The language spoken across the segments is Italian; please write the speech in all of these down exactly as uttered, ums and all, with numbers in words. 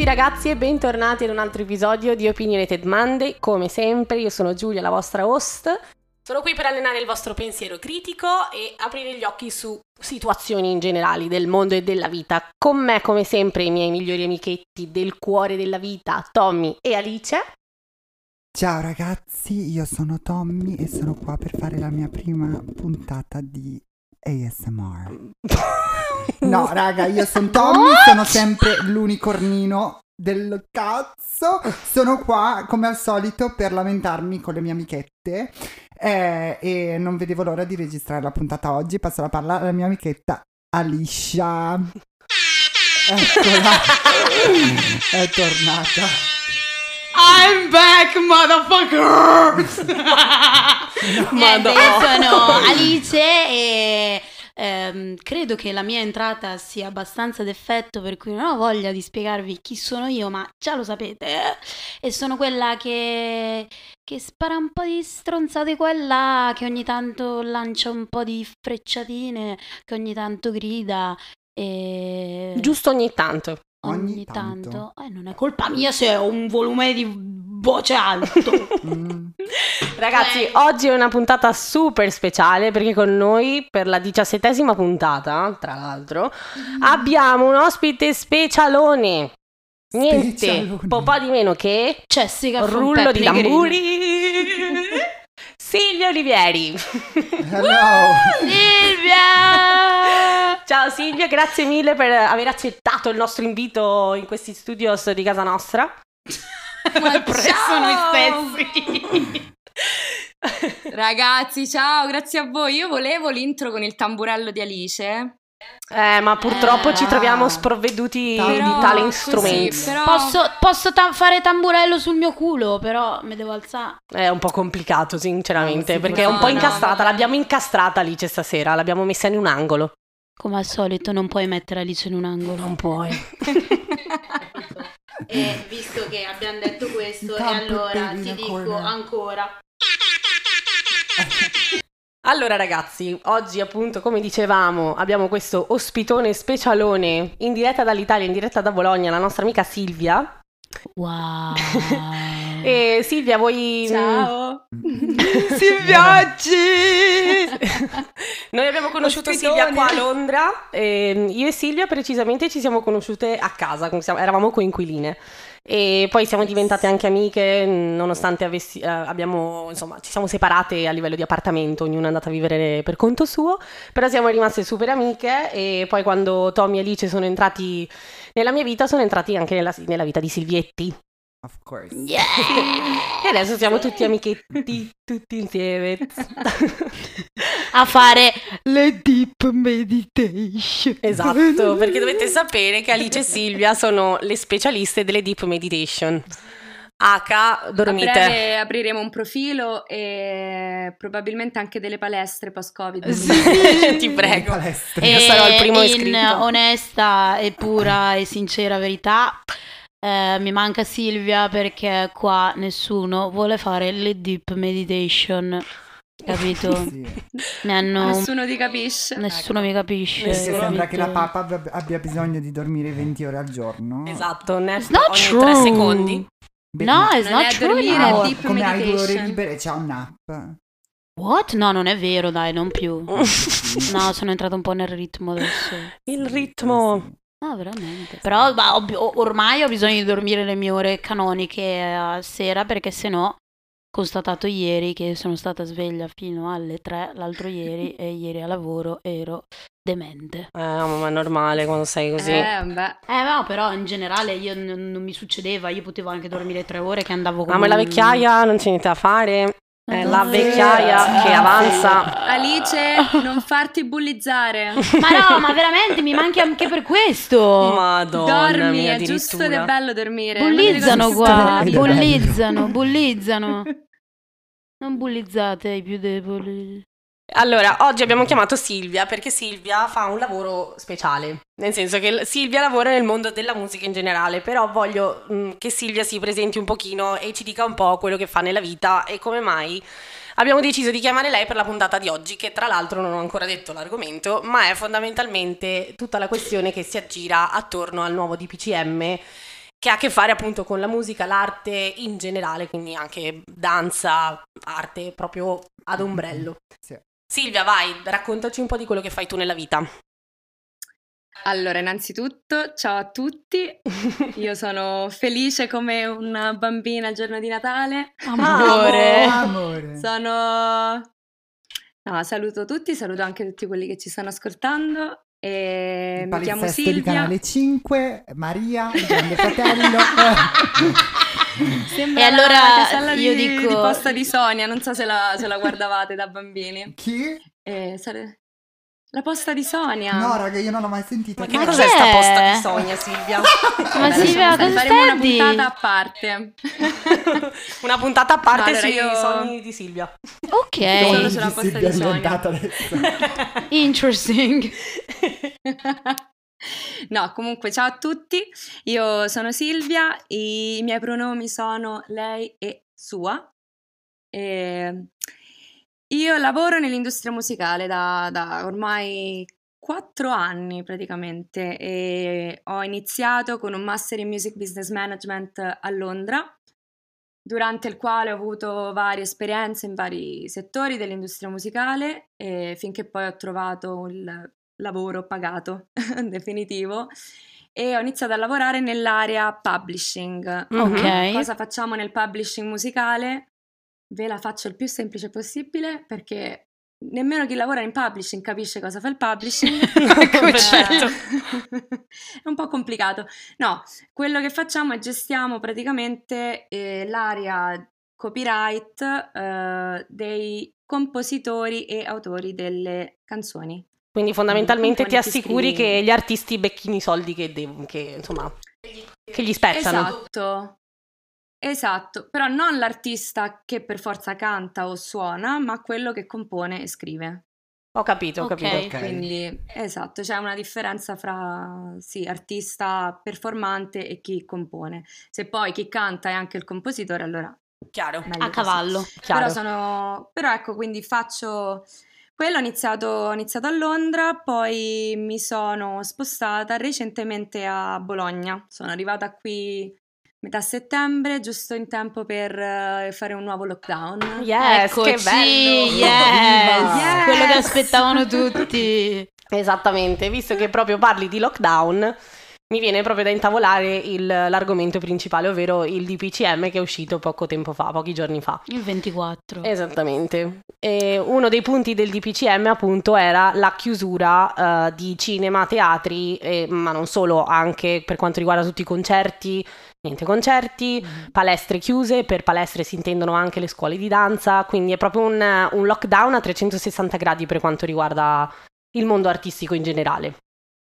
tutti ragazzi e bentornati ad un altro episodio di Opinionated Monday. Come sempre io sono Giulia, la vostra host. Sono qui per allenare il vostro pensiero critico e aprire gli occhi su situazioni in generale del mondo e della vita. Con me come sempre i miei migliori amichetti del cuore della vita, Tommy e Alice. Ciao ragazzi, io sono Tommy e sono qua per fare la mia prima puntata di A S M R. No raga, io sono Tommy, sono sempre l'unicornino del cazzo. Sono qua come al solito per lamentarmi con le mie amichette eh, e non vedevo l'ora di registrare la puntata oggi. Passo la palla alla mia amichetta Alicia. Eccola, è tornata. I'm back, motherfucker! Madonna. Eh, sono Alice e ehm, credo che la mia entrata sia abbastanza d'effetto, per cui non ho voglia di spiegarvi chi sono io, ma già lo sapete. eh? E sono quella che, che spara un po' di stronzate qua e là, che ogni tanto lancia un po' di frecciatine, che ogni tanto grida e... Giusto ogni tanto. Ogni, Ogni tanto, tanto. Eh, non è colpa mia se ho un volume di voce alto. Mm. Ragazzi, Eh. oggi è una puntata super speciale perché con noi per la diciassettesima puntata, tra l'altro, abbiamo un ospite specialone. Niente, Specialone. po' po' di meno che Jessica from rullo di Pepney Green. tamburi. Silvia Olivieri. Hello. Silvia! Ciao Silvia, grazie mille per aver accettato il nostro invito in questi studios di casa nostra. Ma presso noi stessi. Ragazzi, ciao, grazie a voi. Io volevo l'intro con il tamburello di Alice. Eh, ma purtroppo Eh, ci troviamo sprovveduti però- di tale così, strumenti. però- Posso, posso ta- fare tamburello sul mio culo, però mi devo alzare. È un po' complicato, sinceramente, No, sì, perché è un no, po' no, incastrata. no. L'abbiamo incastrata Alice stasera, l'abbiamo messa in un angolo. Come al solito non puoi mettere Alice in un angolo. Non puoi. E visto che abbiamo detto questo, e Campo allora per ti la dico corner. ancora. Allora ragazzi, oggi appunto come dicevamo abbiamo questo ospitone specialone in diretta dall'Italia, in diretta da Bologna, la nostra amica Silvia. Wow. E Silvia vuoi... Ciao. Silviaggi! Noi abbiamo conosciuto Ospitone. Silvia qua a Londra, e io e Silvia precisamente ci siamo conosciute a casa, come siamo- eravamo coinquiline e poi siamo diventate anche amiche nonostante avessi- eh, abbiamo, insomma, ci siamo separate a livello di appartamento, ognuna è andata a vivere per conto suo, però siamo rimaste super amiche e poi quando Tommy e Alice sono entrati nella mia vita sono entrati anche nella, nella vita di Silvietti. Of course. Yeah. E adesso siamo tutti amichetti, tutti insieme. A fare le deep meditation. Esatto, perché dovete sapere che Alice e Silvia sono le specialiste delle deep meditation. H, A dormite. breve apriremo un profilo e probabilmente anche delle palestre post-Covid. Ti prego. Palestre. Io E sarò il primo in iscritto. onesta e pura e sincera verità, eh, mi manca Silvia perché qua nessuno vuole fare le deep meditation, capito? Sì. Mi hanno... Nessuno ti capisce. Nessuno mi capisce. Perché sembra che la capito? papà abbia- abbia bisogno di dormire venti ore al giorno. Esatto, nest not ogni true. tre secondi. Beh, No, ma- it's Non not è true. dormire, no. è deep come hai due ore meditation. libere c'è un nap. What? No, non è vero, dai, non più. No, sono entrata un po' nel ritmo adesso. Il ritmo. No, veramente. Però ma, ob- o- ormai ho bisogno di dormire le mie ore canoniche a sera perché sennò ho constatato ieri che sono stata sveglia fino alle tre l'altro ieri e ieri a lavoro ero demente. Eh, ma è normale quando sei così. Eh, beh. Eh no, però in generale io n- non mi succedeva, io potevo anche dormire tre ore che andavo come Ah, ma la un- vecchiaia non c'è niente da fare. È la Eh, vecchiaia sì. che avanza. Alice, non farti bullizzare. Ma no, ma veramente mi manchi anche per questo. Madonna Dormi, mia, è giusto ed è addirittura. bello dormire. Bullizzano Una delle cose più qua, belle della vita. bullizzano, bullizzano. Non bullizzate i più deboli. Allora, oggi abbiamo chiamato Silvia perché Silvia fa un lavoro speciale, nel senso che l- Silvia lavora nel mondo della musica in generale, però voglio mh, che Silvia si presenti un pochino e ci dica un po' quello che fa nella vita e come mai abbiamo deciso di chiamare lei per la puntata di oggi, che tra l'altro non ho ancora detto l'argomento, ma è fondamentalmente tutta la questione che si aggira attorno al nuovo D P C M che ha a che fare appunto con la musica, l'arte in generale, quindi anche danza, arte proprio ad ombrello. Sì. Silvia, vai, raccontaci un po' di quello che fai tu nella vita. Allora, innanzitutto, ciao a tutti, io sono felice come una bambina il giorno di Natale. Amore. Amore. Sono... No, saluto tutti, saluto anche tutti quelli che ci stanno ascoltando. E Il mi chiamo palinsesto di Silvia. Canale cinque, Maria, il grande fratello. Sembra E allora la casella io di, dico- di posta di Sonia, non so se la, se la guardavate da bambini. Chi? Eh, sare- La posta di Sonia. No, raga, io non l'ho mai sentita. Ma che Ma cos'è chi sta è? posta di Sonia, Silvia? Ma Vabbè, Silvia, lasciamo stare, cosa faremo una stai di? puntata a parte. Una puntata a parte No, allora sui io- sogni di Silvia. Ok, Solo sulla posta Silvia di è Sonia. diventata adesso. interesting. No, comunque ciao a tutti, io sono Silvia, i miei pronomi sono lei e sua. E io lavoro nell'industria musicale da, da ormai quattro anni praticamente e ho iniziato con un Master in Music Business Management a Londra, durante il quale ho avuto varie esperienze in vari settori dell'industria musicale e finché poi ho trovato il lavoro pagato definitivo e ho iniziato a lavorare nell'area publishing. Ok. Cosa facciamo nel publishing musicale? Ve la faccio il più semplice possibile perché nemmeno chi lavora in publishing capisce cosa fa il publishing. Perfetto. È un po' complicato. No, quello che facciamo è gestiamo praticamente eh, l'area copyright eh, dei compositori e autori delle canzoni. Quindi fondamentalmente ti Compone, ti assicuri scrivi. che gli artisti becchino i soldi che, dev- che insomma che gli spettano. Esatto. Esatto, però non l'artista che per forza canta o suona, ma quello che compone e scrive. Ho capito, ho Ok. capito. Ok. Quindi, esatto, c'è una differenza fra sì, artista performante e chi compone. Se poi chi canta è anche il compositore, allora Chiaro. meglio A così. cavallo. Chiaro. Però sono però ecco, quindi faccio quello, ho iniziato, ho iniziato a Londra, poi mi sono spostata recentemente a Bologna. Sono arrivata qui metà settembre, giusto in tempo per eh, fare un nuovo lockdown. Yes, che Eccoci, bello. yes. Yes. Quello che aspettavano tutti. Esattamente, visto che proprio parli di lockdown, mi viene proprio da intavolare il- l'argomento principale, ovvero il D P C M che è uscito poco tempo fa, pochi giorni fa. Il ventiquattro. Esattamente. E uno dei punti del D P C M appunto era la chiusura eh, di cinema, teatri, e- ma non solo, anche per quanto riguarda tutti i concerti, niente concerti, palestre chiuse, per palestre si intendono anche le scuole di danza, quindi è proprio un, un lockdown a trecentosessanta gradi per quanto riguarda il mondo artistico in generale.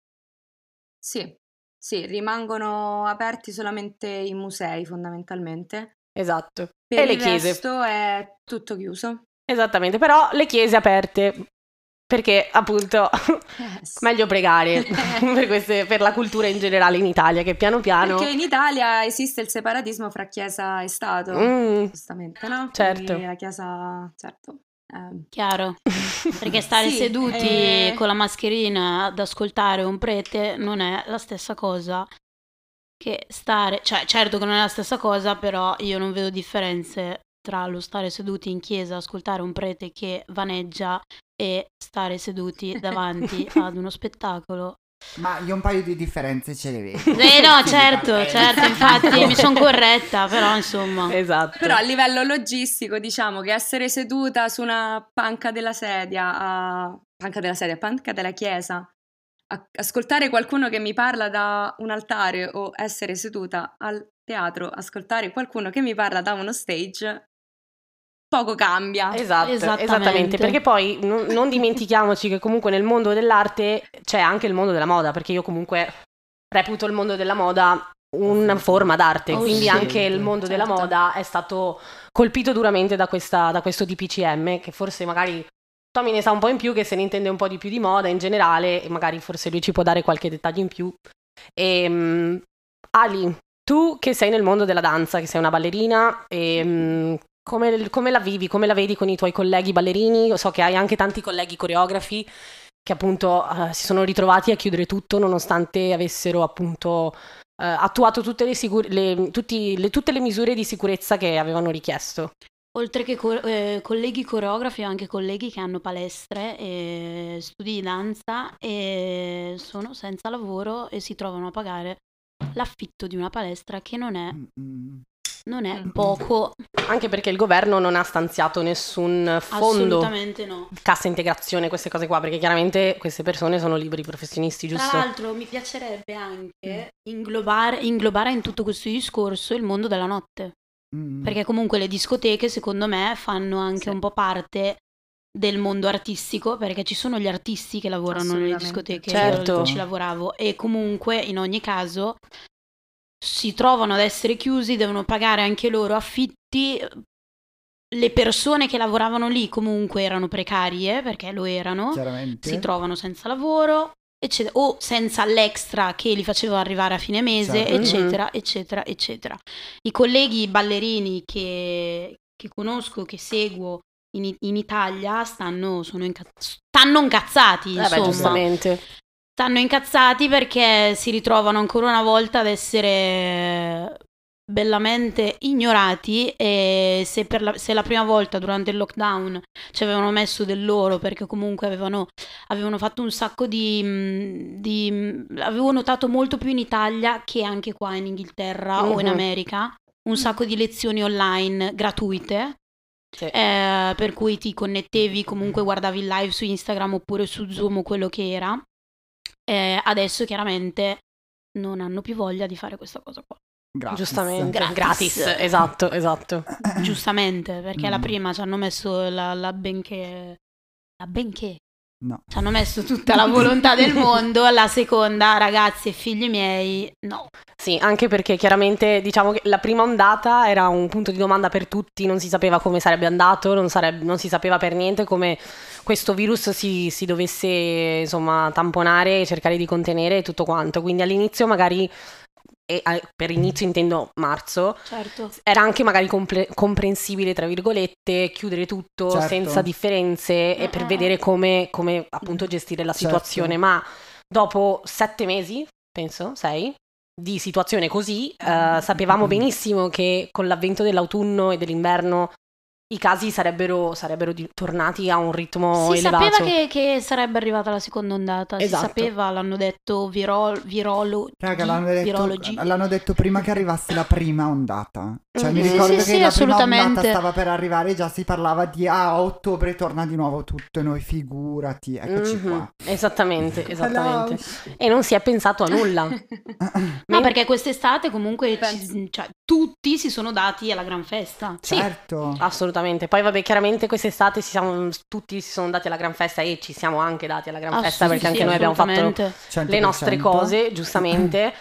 Sì, sì, rimangono aperti solamente i musei fondamentalmente. Esatto. Per e le il chiese. resto è tutto chiuso. Esattamente, però le chiese aperte perché appunto Yes. meglio pregare per, queste- per la cultura in generale in Italia che piano piano... Perché in Italia esiste il separatismo fra Chiesa e Stato, Mm, giustamente, no? certo. Quindi la Chiesa, certo. ehm, Chiaro. Perché stare Sì, seduti eh. con la mascherina ad ascoltare un prete non è la stessa cosa che stare, cioè certo che non è la stessa cosa, però io non vedo differenze tra lo stare seduti in chiesa, ascoltare un prete che vaneggia e stare seduti davanti ad uno spettacolo. Ma io un paio di differenze ce le vedo. Eh no, Sì, certo, vabbè. certo, infatti mi sono corretta, però insomma. Esatto. Però a livello logistico diciamo che essere seduta su una panca della sedia, a... panca della sedia, panca della chiesa, a- ascoltare qualcuno che mi parla da un altare o essere seduta al teatro, ascoltare qualcuno che mi parla da uno stage, poco cambia. Esatto, Esattamente. esattamente, perché poi non, non dimentichiamoci che comunque nel mondo dell'arte c'è anche il mondo della moda, perché io comunque reputo il mondo della moda una forma d'arte, Oh, quindi sì. anche il mondo della Certo. moda è stato colpito duramente da, questa, da questo D P C M, che forse magari Tommy ne sa un po' in più, che se ne intende un po' di più di moda in generale, e magari forse lui ci può dare qualche dettaglio in più. E, Ali, tu che sei nel mondo della danza, che sei una ballerina, e, come, come la vivi, come la vedi con i tuoi colleghi ballerini? Io so che hai anche tanti colleghi coreografi, che appunto uh, si sono ritrovati a chiudere tutto nonostante avessero appunto uh, attuato tutte le, sicur- le, tutti, le, tutte le misure di sicurezza che avevano richiesto. Oltre che co- eh, colleghi coreografi, ho anche colleghi che hanno palestre e studi di danza e sono senza lavoro e si trovano a pagare l'affitto di una palestra che non è, non è poco. Anche perché il governo non ha stanziato nessun fondo, assolutamente no, cassa integrazione, queste cose qua, perché chiaramente queste persone sono liberi professionisti, giusto? Tra l'altro mi piacerebbe anche inglobare, inglobare in tutto questo discorso il mondo della notte. Mm. Perché comunque le discoteche secondo me fanno anche sì. un po' parte del mondo artistico, perché ci sono gli artisti che lavorano nelle discoteche, certo. Io ci lavoravo e comunque in ogni caso si trovano ad essere chiusi, devono pagare anche loro affitti. Le persone che lavoravano lì comunque erano precarie, perché lo erano, si trovano senza lavoro eccetera, o senza l'extra che li faceva arrivare a fine mese, certo. eccetera, mm-hmm. eccetera, eccetera. I colleghi ballerini che, che conosco, che seguo in, in Italia, stanno, sono inca- stanno incazzati, insomma. Eh beh, giustamente. Stanno incazzati perché si ritrovano ancora una volta ad essere bellamente ignorati e se, per la, se la prima volta durante il lockdown ci avevano messo del loro perché comunque avevano, avevano fatto un sacco di, di avevo notato molto più in Italia che anche qua in Inghilterra mm-hmm. o in America un sacco di lezioni online gratuite sì. eh, per cui ti connettevi, comunque guardavi il live su Instagram oppure su Zoom o quello che era. Eh, adesso chiaramente non hanno più voglia di fare questa cosa qua. Gratis. Giustamente, gratis. gratis, esatto, esatto. Giustamente, perché mm. la prima ci hanno messo la, la benché, la benché, no. Ci hanno messo tutta la volontà del mondo, la seconda, ragazzi e figli miei, no. Sì, anche perché chiaramente diciamo che la prima ondata era un punto di domanda per tutti, non si sapeva come sarebbe andato, non, sarebbe, non si sapeva per niente come questo virus si, si dovesse insomma tamponare e cercare di contenere e tutto quanto, quindi all'inizio magari... E per inizio intendo marzo, certo. era anche magari comple- comprensibile tra virgolette chiudere tutto certo. senza differenze e per vedere come, come appunto gestire la situazione, certo. Ma dopo sette mesi, penso, sei, di situazione così, eh, sapevamo benissimo che con l'avvento dell'autunno e dell'inverno i casi sarebbero, sarebbero di, tornati a un ritmo si elevato. Si sapeva che, che sarebbe arrivata la seconda ondata, esatto. Si sapeva, l'hanno detto virol, virolo, Raga, l'hanno detto, virologi. L'hanno detto prima che arrivasse la prima ondata. Cioè mm-hmm. mi ricordo sì, che sì, la assolutamente. prima ondata stava per arrivare e già si parlava di ah, a ottobre torna di nuovo tutto e noi figurati, eccoci mm-hmm. qua. Esattamente, esattamente. E non si è pensato a nulla. No, perché quest'estate comunque ci, cioè, tutti si sono dati alla gran festa. Certo. Sì, assolutamente. Poi vabbè, chiaramente quest'estate si siamo, tutti si sono dati alla gran festa e ci siamo anche dati alla gran festa perché anche sì, noi abbiamo fatto cento per cento. Le nostre cose, giustamente.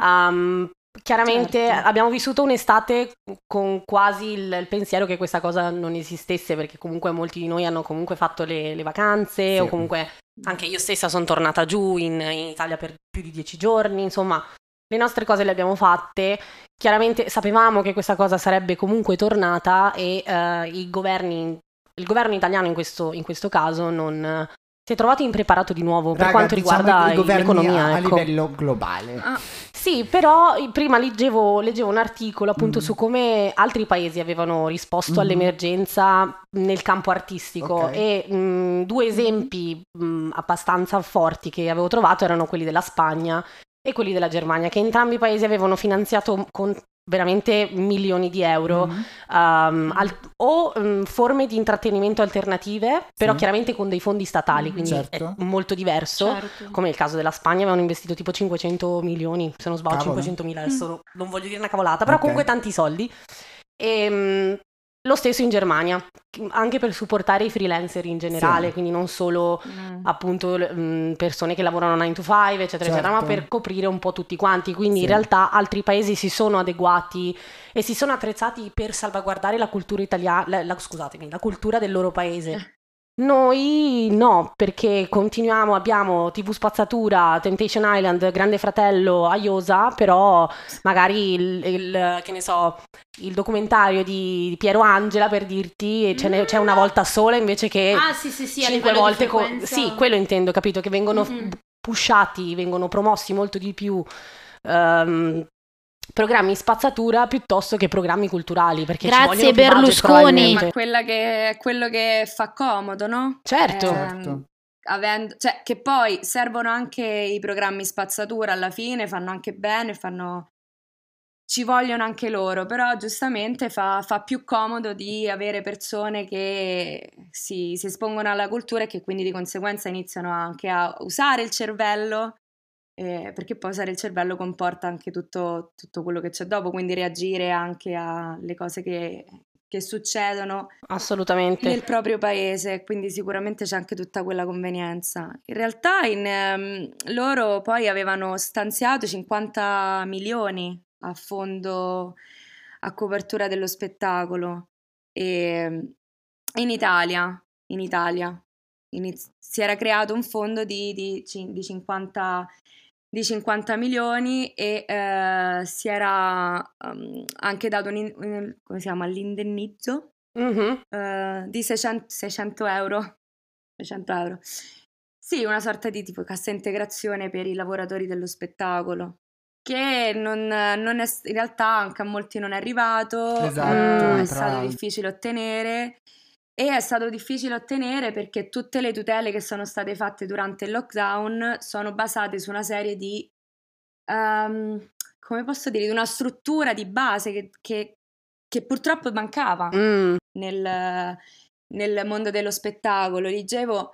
Um, chiaramente certo. Abbiamo vissuto un'estate con quasi il, il pensiero che questa cosa non esistesse perché comunque molti di noi hanno comunque fatto le, le vacanze sì. O comunque anche io stessa sono tornata giù in, in Italia per più di dieci giorni, insomma le nostre cose le abbiamo fatte. Chiaramente sapevamo che questa cosa sarebbe comunque tornata e uh, i governi, il governo italiano in questo, in questo caso non si è trovato impreparato di nuovo. Raga, per quanto diciamo riguarda i governi l'economia a, ecco. a livello globale. Ah, sì, però prima leggevo, leggevo un articolo appunto mm. su come altri paesi avevano risposto mm. all'emergenza nel campo artistico okay. E mh, due esempi mh, abbastanza forti che avevo trovato erano quelli della Spagna e quelli della Germania, che entrambi i paesi avevano finanziato con veramente milioni di euro mm-hmm. um, al, o um, forme di intrattenimento alternative, però sì. Chiaramente con dei fondi statali, quindi certo. È molto diverso, certo. Come il caso della Spagna, avevano investito tipo cinquecento milioni, se non sbaglio, cinquecentomila, adesso mm. non voglio dire una cavolata, però okay. Comunque tanti soldi. E, um, lo stesso in Germania, anche per supportare i freelancer in generale, sì. Quindi non solo mm. appunto mh, persone che lavorano nine to five, eccetera, certo. Eccetera, ma per coprire un po' tutti quanti. Quindi sì. In realtà altri paesi si sono adeguati e si sono attrezzati per salvaguardare la cultura italiana, la, la, scusatemi, la cultura del loro paese. Noi no, perché continuiamo, abbiamo T V Spazzatura, Temptation Island, Grande Fratello, Aiosa, però magari il, il- che ne so, il documentario di, di Piero Angela, per dirti, ce n'è- c'è una volta sola invece che Ah, sì, sì, sì, a cinque livello di volte. co- frequenza. Sì, quello intendo, capito? Che vengono Mm-mm. pushati, vengono promossi molto di più ehm, programmi spazzatura piuttosto che programmi culturali, perché ci Grazie, vogliono più budget, Berlusconi. probabilmente. Ma quella che è quello che fa comodo, no? Certo. Ehm, Certo. avendo- cioè, che poi servono anche i programmi spazzatura alla fine, fanno anche bene, fanno... ci vogliono anche loro, però giustamente fa, fa più comodo di avere persone che si, si espongono alla cultura e che quindi di conseguenza iniziano anche a usare il cervello, eh, perché poi usare il cervello comporta anche tutto, tutto quello che c'è dopo, quindi reagire anche alle cose che, che succedono Assolutamente. nel proprio paese, quindi sicuramente c'è anche tutta quella convenienza. In realtà in, ehm, loro poi avevano stanziato cinquanta milioni a fondo a copertura dello spettacolo e in Italia, in Italia iniz- si era creato un fondo di, di cin- di cinquanta, di cinquanta milioni e eh, si era um, anche dato un, in- un- come si chiama, l'indennizzo Mhm. eh, di seicento, seicento euro. seicento euro. Sì, una sorta di tipo cassa integrazione per i lavoratori dello spettacolo, che non, non è, in realtà anche a molti non è arrivato, Esatto, eh, è tra stato l'altro. difficile ottenere e è stato difficile ottenere perché tutte le tutele che sono state fatte durante il lockdown sono basate su una serie di, ehm, come posso dire, di una struttura di base che, che- che purtroppo mancava Mm. nel, nel mondo dello spettacolo. Dicevo,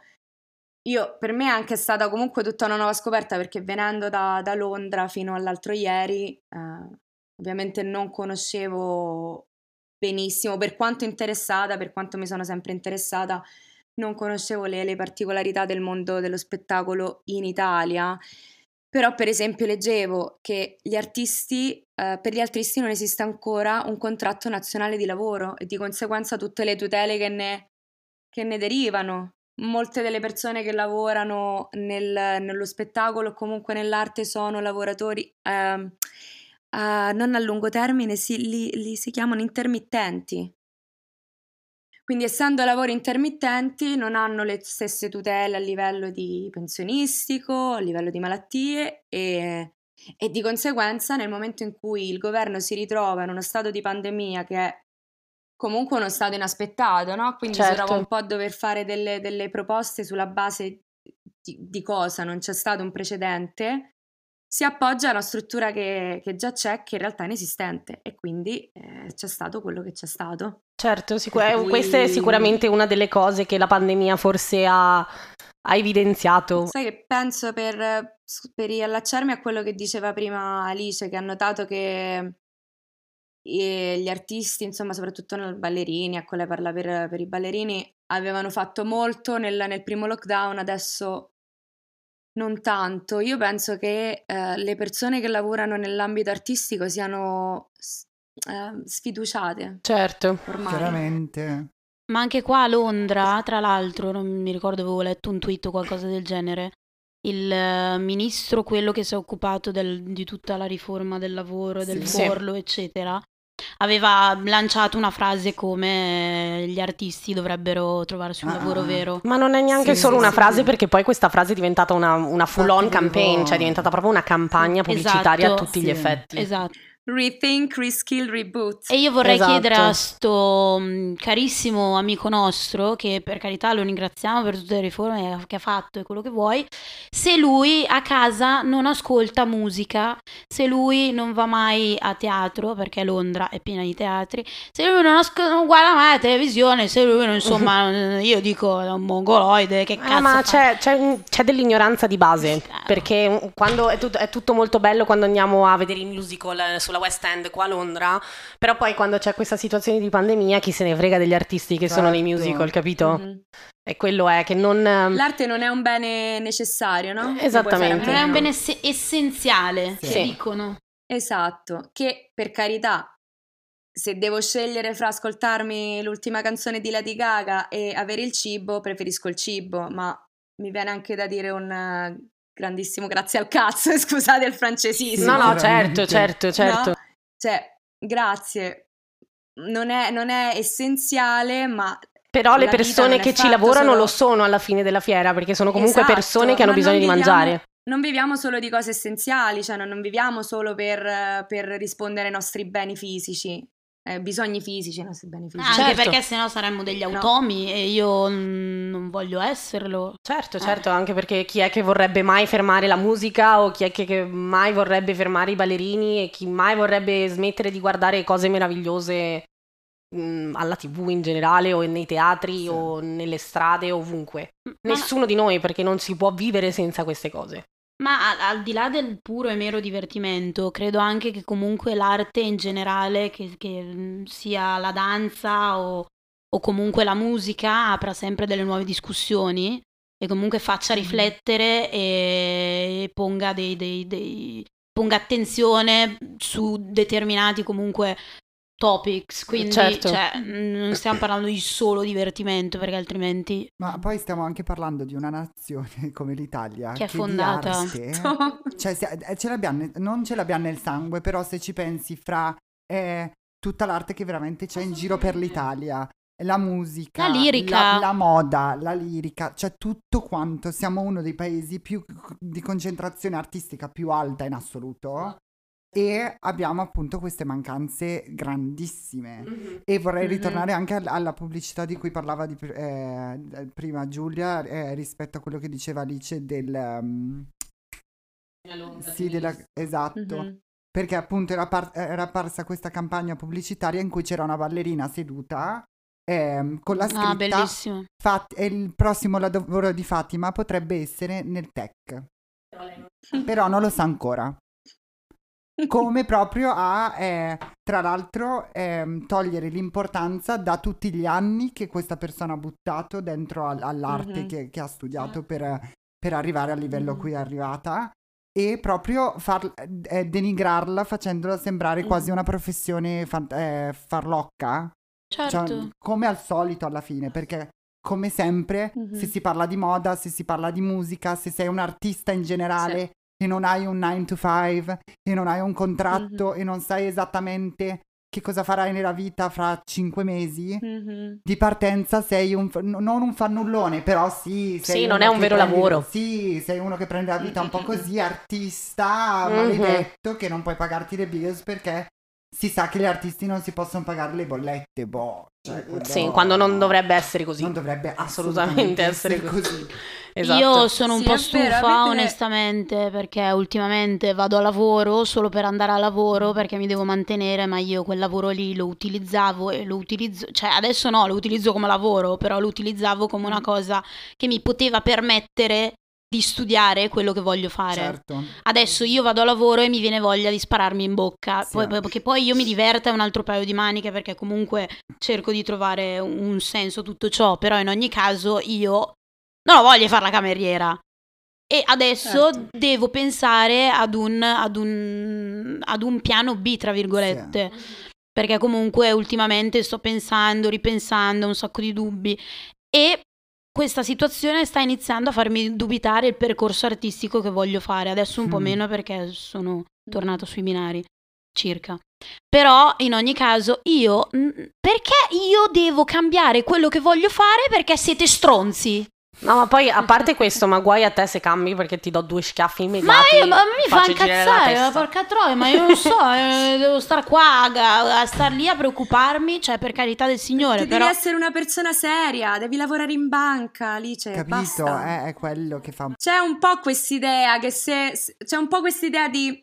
io per me è anche stata comunque tutta una nuova scoperta perché venendo da, da Londra fino all'altro ieri, eh, ovviamente non conoscevo benissimo, per quanto interessata, per quanto mi sono sempre interessata, non conoscevo le, le particolarità del mondo dello spettacolo in Italia. Però, per esempio, leggevo che gli artisti, eh, per gli artisti non esiste ancora un contratto nazionale di lavoro e di conseguenza tutte le tutele che ne, che ne derivano. Molte delle persone che lavorano nel- nello spettacolo o comunque nell'arte sono lavoratori ehm, a- non a lungo termine, si, li, li si chiamano intermittenti. Quindi, essendo lavori intermittenti, non hanno le stesse tutele a livello di pensionistico, a livello di malattie e, e di conseguenza, nel momento in cui il governo si ritrova in uno stato di pandemia che è comunque uno stato inaspettato, no? Quindi si Certo. trova un po' a dover fare delle, delle proposte sulla base di, di cosa non c'è stato un precedente, si appoggia a una struttura che, che già c'è, che in realtà è inesistente e quindi eh, c'è stato quello che c'è stato. Certo, sicur- Per eh, cui- questa è sicuramente una delle cose che la pandemia forse ha, ha evidenziato. Sai che penso per, per riallacciarmi a quello che diceva prima Alice, che ha notato che eh, gli artisti, insomma, soprattutto nei ballerini, ecco, lei parla per, per i ballerini, avevano fatto molto nel, nel primo lockdown, adesso non tanto. Io penso che eh, le persone che lavorano nell'ambito artistico siano s- eh, sfiduciate Certo. ormai. Chiaramente. Ma anche qua a Londra, tra l'altro, non mi ricordo, avevo letto un tweet o qualcosa del genere, il eh, ministro, quello che si è occupato del- di tutta la riforma del lavoro, del Sì. forlo, eccetera, aveva lanciato una frase come eh, gli artisti dovrebbero trovarsi un Ah, lavoro ah, ah. vero. Ma non è neanche Sì, solo sì, una sì, frase, sì. perché poi questa frase è diventata una, una full-on Infatti campaign, volevo- cioè è diventata proprio una campagna pubblicitaria Esatto. a tutti Sì. gli effetti. Esatto. Rethink, reskill, reboot. E io vorrei Esatto. chiedere a sto mh, carissimo amico nostro, che per carità lo ringraziamo per tutte le riforme che ha fatto e quello che vuoi, se lui a casa non ascolta musica, se lui non va mai a teatro, perché Londra è piena di teatri, se lui non, asco- non guarda mai la televisione, se lui non, insomma, io dico è un mongoloide, che cazzo Ah, ma fa? c'è, c'è- c'è dell'ignoranza di base, Chiaro. perché quando è tutto, è tutto molto bello quando andiamo a vedere i musical eh, sulla West End qua a Londra, però poi quando c'è questa situazione di pandemia chi se ne frega degli artisti che sono nei Certo. musical, capito? Mhm. E quello è che non... ehm, L'arte non è un bene necessario, no? Ne puoi Esattamente. fare a Non è un meno. bene esse- essenziale, Sì. che Sì. dicono. Esatto, che per carità se devo scegliere fra ascoltarmi l'ultima canzone di Lady Gaga e avere il cibo, preferisco il cibo, ma mi viene anche da dire un uh, grandissimo grazie al cazzo, scusate il francesismo. No, no, certo, certo, certo. No? Cioè, grazie, non è, non è essenziale, ma... Però le persone che ci lavorano solo... lo sono alla fine della fiera, perché sono comunque esatto, persone che hanno bisogno di viviamo, mangiare. Non viviamo solo di cose essenziali, cioè non, non viviamo solo per, per rispondere ai nostri beni fisici. Eh, bisogni fisici, i nostri beni fisici. Anche certo. perché sennò saremmo degli automi, no. E io non voglio esserlo. Certo, certo, eh. Anche perché chi è che vorrebbe mai fermare la musica, o chi è che, che mai vorrebbe fermare i ballerini, e chi mai vorrebbe smettere di guardare cose meravigliose mh, alla tivù in generale, o nei teatri, sì. O nelle strade, ovunque. Ma... Nessuno di noi, perché non si può vivere senza queste cose. Ma al, al di là del puro e mero divertimento, credo anche che comunque l'arte in generale, che, che sia la danza o, o comunque la musica, apra sempre delle nuove discussioni e comunque faccia riflettere e ponga, dei, dei, dei, ponga attenzione su determinati comunque topics, quindi certo. Cioè, non stiamo parlando di solo divertimento, perché altrimenti... Ma poi stiamo anche parlando di una nazione come l'Italia che è che fondata di arte, cioè se, ce l'abbiamo, non ce l'abbiamo nel sangue, però se ci pensi fra eh, tutta l'arte che veramente c'è in giro per l'Italia, la musica, la lirica, la, la moda, la lirica, cioè tutto quanto, siamo uno dei paesi più di concentrazione artistica più alta in assoluto. E abbiamo appunto queste mancanze grandissime. Mm-hmm. E vorrei ritornare mm-hmm. anche alla, alla pubblicità di cui parlava di, eh, prima Giulia, eh, rispetto a quello che diceva Alice del... Um, sì, della, esatto. Mm-hmm. Perché appunto era, par- era apparsa questa campagna pubblicitaria in cui c'era una ballerina seduta eh, con la scritta ah, bellissimo. Fat- il prossimo lavoro di Fatima potrebbe essere nel tech. Però non lo sa ancora. Come proprio a, eh, tra l'altro, eh, togliere l'importanza da tutti gli anni che questa persona ha buttato dentro all- all'arte mm-hmm. che, che ha studiato per, per arrivare al livello mm-hmm. cui è arrivata, e proprio far, eh, denigrarla facendola sembrare mm-hmm. quasi una professione fan- eh, farlocca. Certo. Cioè, come al solito alla fine, perché come sempre mm-hmm. se si parla di moda, se si parla di musica, se sei un artista in generale... Sì. E non hai un nine to five, e non hai un contratto, mm-hmm. e non sai esattamente che cosa farai nella vita fra cinque mesi, mm-hmm. di partenza sei un, non un fannullone, però sì, sei sì, non è un vero prendi, lavoro. Sì, sei uno che prende la vita un po' così, artista maledetto, mm-hmm. che non puoi pagarti le bills perché si sa che gli artisti non si possono pagare le bollette, boh. Cioè, sì, quando non dovrebbe essere così. Non dovrebbe assolutamente, assolutamente essere così. così. Esatto. Io sono un sì, po' stufa vero, onestamente, perché ultimamente vado a lavoro solo per andare a lavoro, perché mi devo mantenere, ma io quel lavoro lì lo utilizzavo e lo utilizzo, cioè adesso no, lo utilizzo come lavoro, però lo utilizzavo come una cosa che mi poteva permettere di studiare quello che voglio fare. Certo. Adesso io vado a lavoro e mi viene voglia di spararmi in bocca, sì. poi, che poi io mi diverta è un altro paio di maniche, perché comunque cerco di trovare un senso a tutto ciò, però in ogni caso io non ho voglia di fare la cameriera e adesso certo. devo pensare ad un, ad un ad un piano B, tra virgolette, sì. perché comunque ultimamente sto pensando, ripensando, un sacco di dubbi, e questa situazione sta iniziando a farmi dubitare il percorso artistico che voglio fare. Adesso un mm. po' meno, perché sono tornata sui binari circa. Però in ogni caso io perché io devo cambiare quello che voglio fare perché siete stronzi? No, ma poi a parte questo, ma guai a te se cambi, perché ti do due schiaffi immediati. Ma, io, ma mi fa incazzare, ma porca troia, ma io non so, eh, devo star qua a, a star lì a preoccuparmi, cioè per carità del Signore. Perché però... devi essere una persona seria, devi lavorare in banca, Alice, capito, basta. È, è quello che fa. C'è un po' quest'idea che se, c'è un po' quest'idea di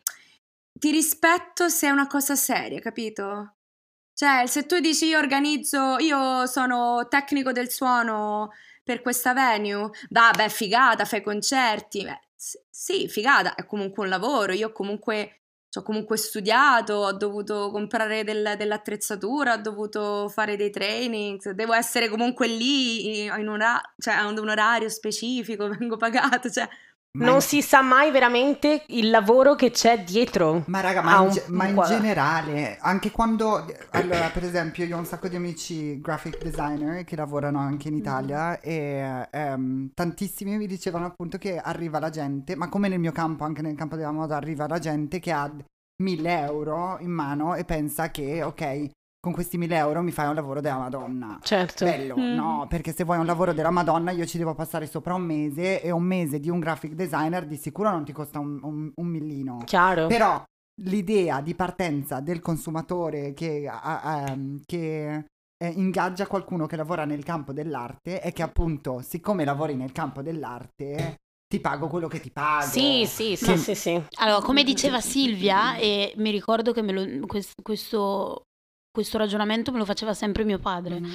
ti rispetto se è una cosa seria, capito? Cioè, se tu dici io organizzo, io sono tecnico del suono per questa venue, vabbè, figata, fai concerti, beh, sì, figata, è comunque un lavoro, io comunque ci ho comunque studiato, ho dovuto comprare del, dell'attrezzatura, ho dovuto fare dei training, devo essere comunque lì in un, cioè, un orario specifico, vengo pagato, cioè Ma non in- si sa mai veramente il lavoro che c'è dietro. Ma raga, a ma, in, un- ge- ma in un- generale, anche quando, allora per esempio io ho un sacco di amici graphic designer che lavorano anche in Italia e ehm, tantissimi mi dicevano appunto che arriva la gente, ma come nel mio campo, anche nel campo della moda, arriva la gente che ha mille euro in mano e pensa che ok, con questi mille euro mi fai un lavoro della Madonna. Certo. Bello, Mm. no, perché se vuoi un lavoro della Madonna io ci devo passare sopra un mese e un mese di un graphic designer di sicuro non ti costa un, un- un millino. Chiaro. Però l'idea di partenza del consumatore che, ha- ha- che eh, ingaggia qualcuno che lavora nel campo dell'arte è che appunto siccome lavori nel campo dell'arte ti pago quello che ti pago. Sì, sì, sì, Che- sì, sì. Allora, come diceva Silvia, e mi ricordo che me lo- quest- questo, questo ragionamento me lo faceva sempre mio padre. Mhm.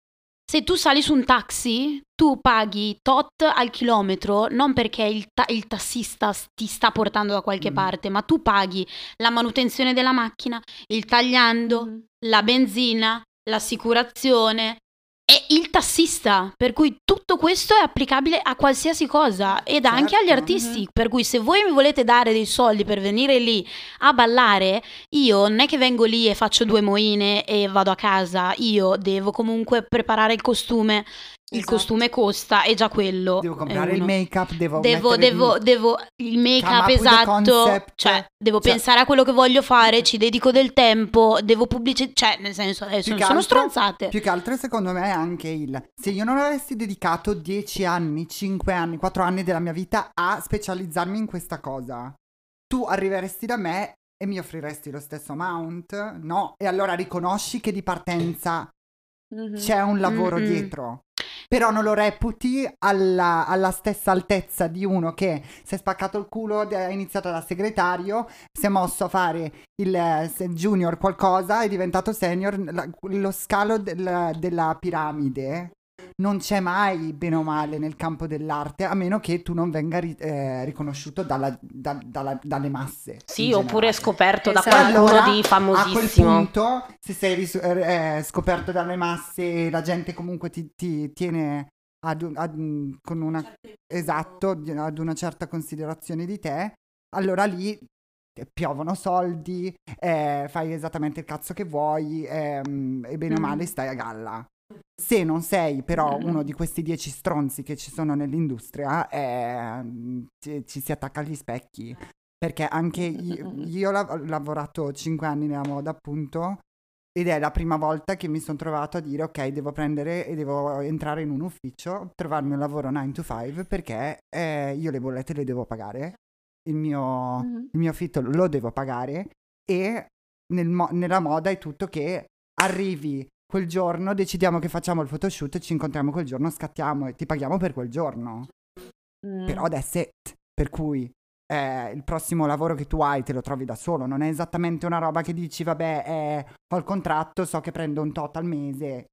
Se tu sali su un taxi, tu paghi tot al chilometro, non perché il, ta- il tassista s- ti sta portando da qualche Mm. parte, ma tu paghi la manutenzione della macchina, il tagliando, Mhm. la benzina, l'assicurazione e il tassista, per cui tutto questo è applicabile a qualsiasi cosa ed anche agli Certo. artisti, per cui se voi mi volete dare dei soldi per venire lì a ballare, io non è che vengo lì e faccio due moine e vado a casa, io devo comunque preparare il costume, il Esatto. costume costa e già quello Devo è comprare il uno. make-up, devo Devo, mettere devo, il- devo il Come make-up up with the esatto, concept. cioè devo Cioè- pensare a quello che voglio fare, ci dedico del tempo, devo pubblicità, cioè nel senso eh, Più sono, che sono altro- stronzate. Più che altro secondo me è anche il se io non avessi dedicato dieci anni, cinque anni, quattro anni della mia vita a specializzarmi in questa cosa, tu arriveresti da me e mi offriresti lo stesso amount? No, e allora riconosci che di partenza Mhm. c'è un lavoro Mm-mm. dietro. Però non lo reputi alla, alla stessa altezza di uno che si è spaccato il culo, ha iniziato da segretario, si è mosso a fare il eh, se- junior qualcosa, è diventato senior. La- lo scalo del- della piramide non c'è mai bene o male nel campo dell'arte, a meno che tu non venga ri- eh, riconosciuto dalla- da- dalla- dalle masse. Sì, in oppure generale. scoperto da Esatto. qualcuno Allora, di a famosissimo. quel punto, se sei ris- eh, eh, scoperto dalle masse e la gente comunque ti, ti tiene ad un- ad un- con una esatto, di- ad una certa considerazione di te, allora lì eh, piovono soldi, eh, fai esattamente il cazzo che vuoi, ehm, e bene o Mm. male stai a galla. Se non sei però uno di questi dieci stronzi che ci sono nell'industria, eh, ci, ci si attacca agli specchi. Perché anche io, io ho lav- ho lavorato cinque anni nella moda, appunto, ed è la prima volta che mi sono trovato a dire ok, devo prendere e devo entrare in un ufficio, trovarmi un lavoro nine to five perché eh, io le bollette le devo pagare, il mio, Mhm. il mio affitto lo devo pagare e nel mo- nella moda è tutto che arrivi quel giorno, decidiamo che facciamo il photoshoot, ci incontriamo quel giorno, scattiamo e ti paghiamo per quel giorno. Mm. Però that's it. Per cui eh, il prossimo lavoro che tu hai te lo trovi da solo, non è esattamente una roba che dici vabbè eh, ho il contratto, so che prendo un tot al mese.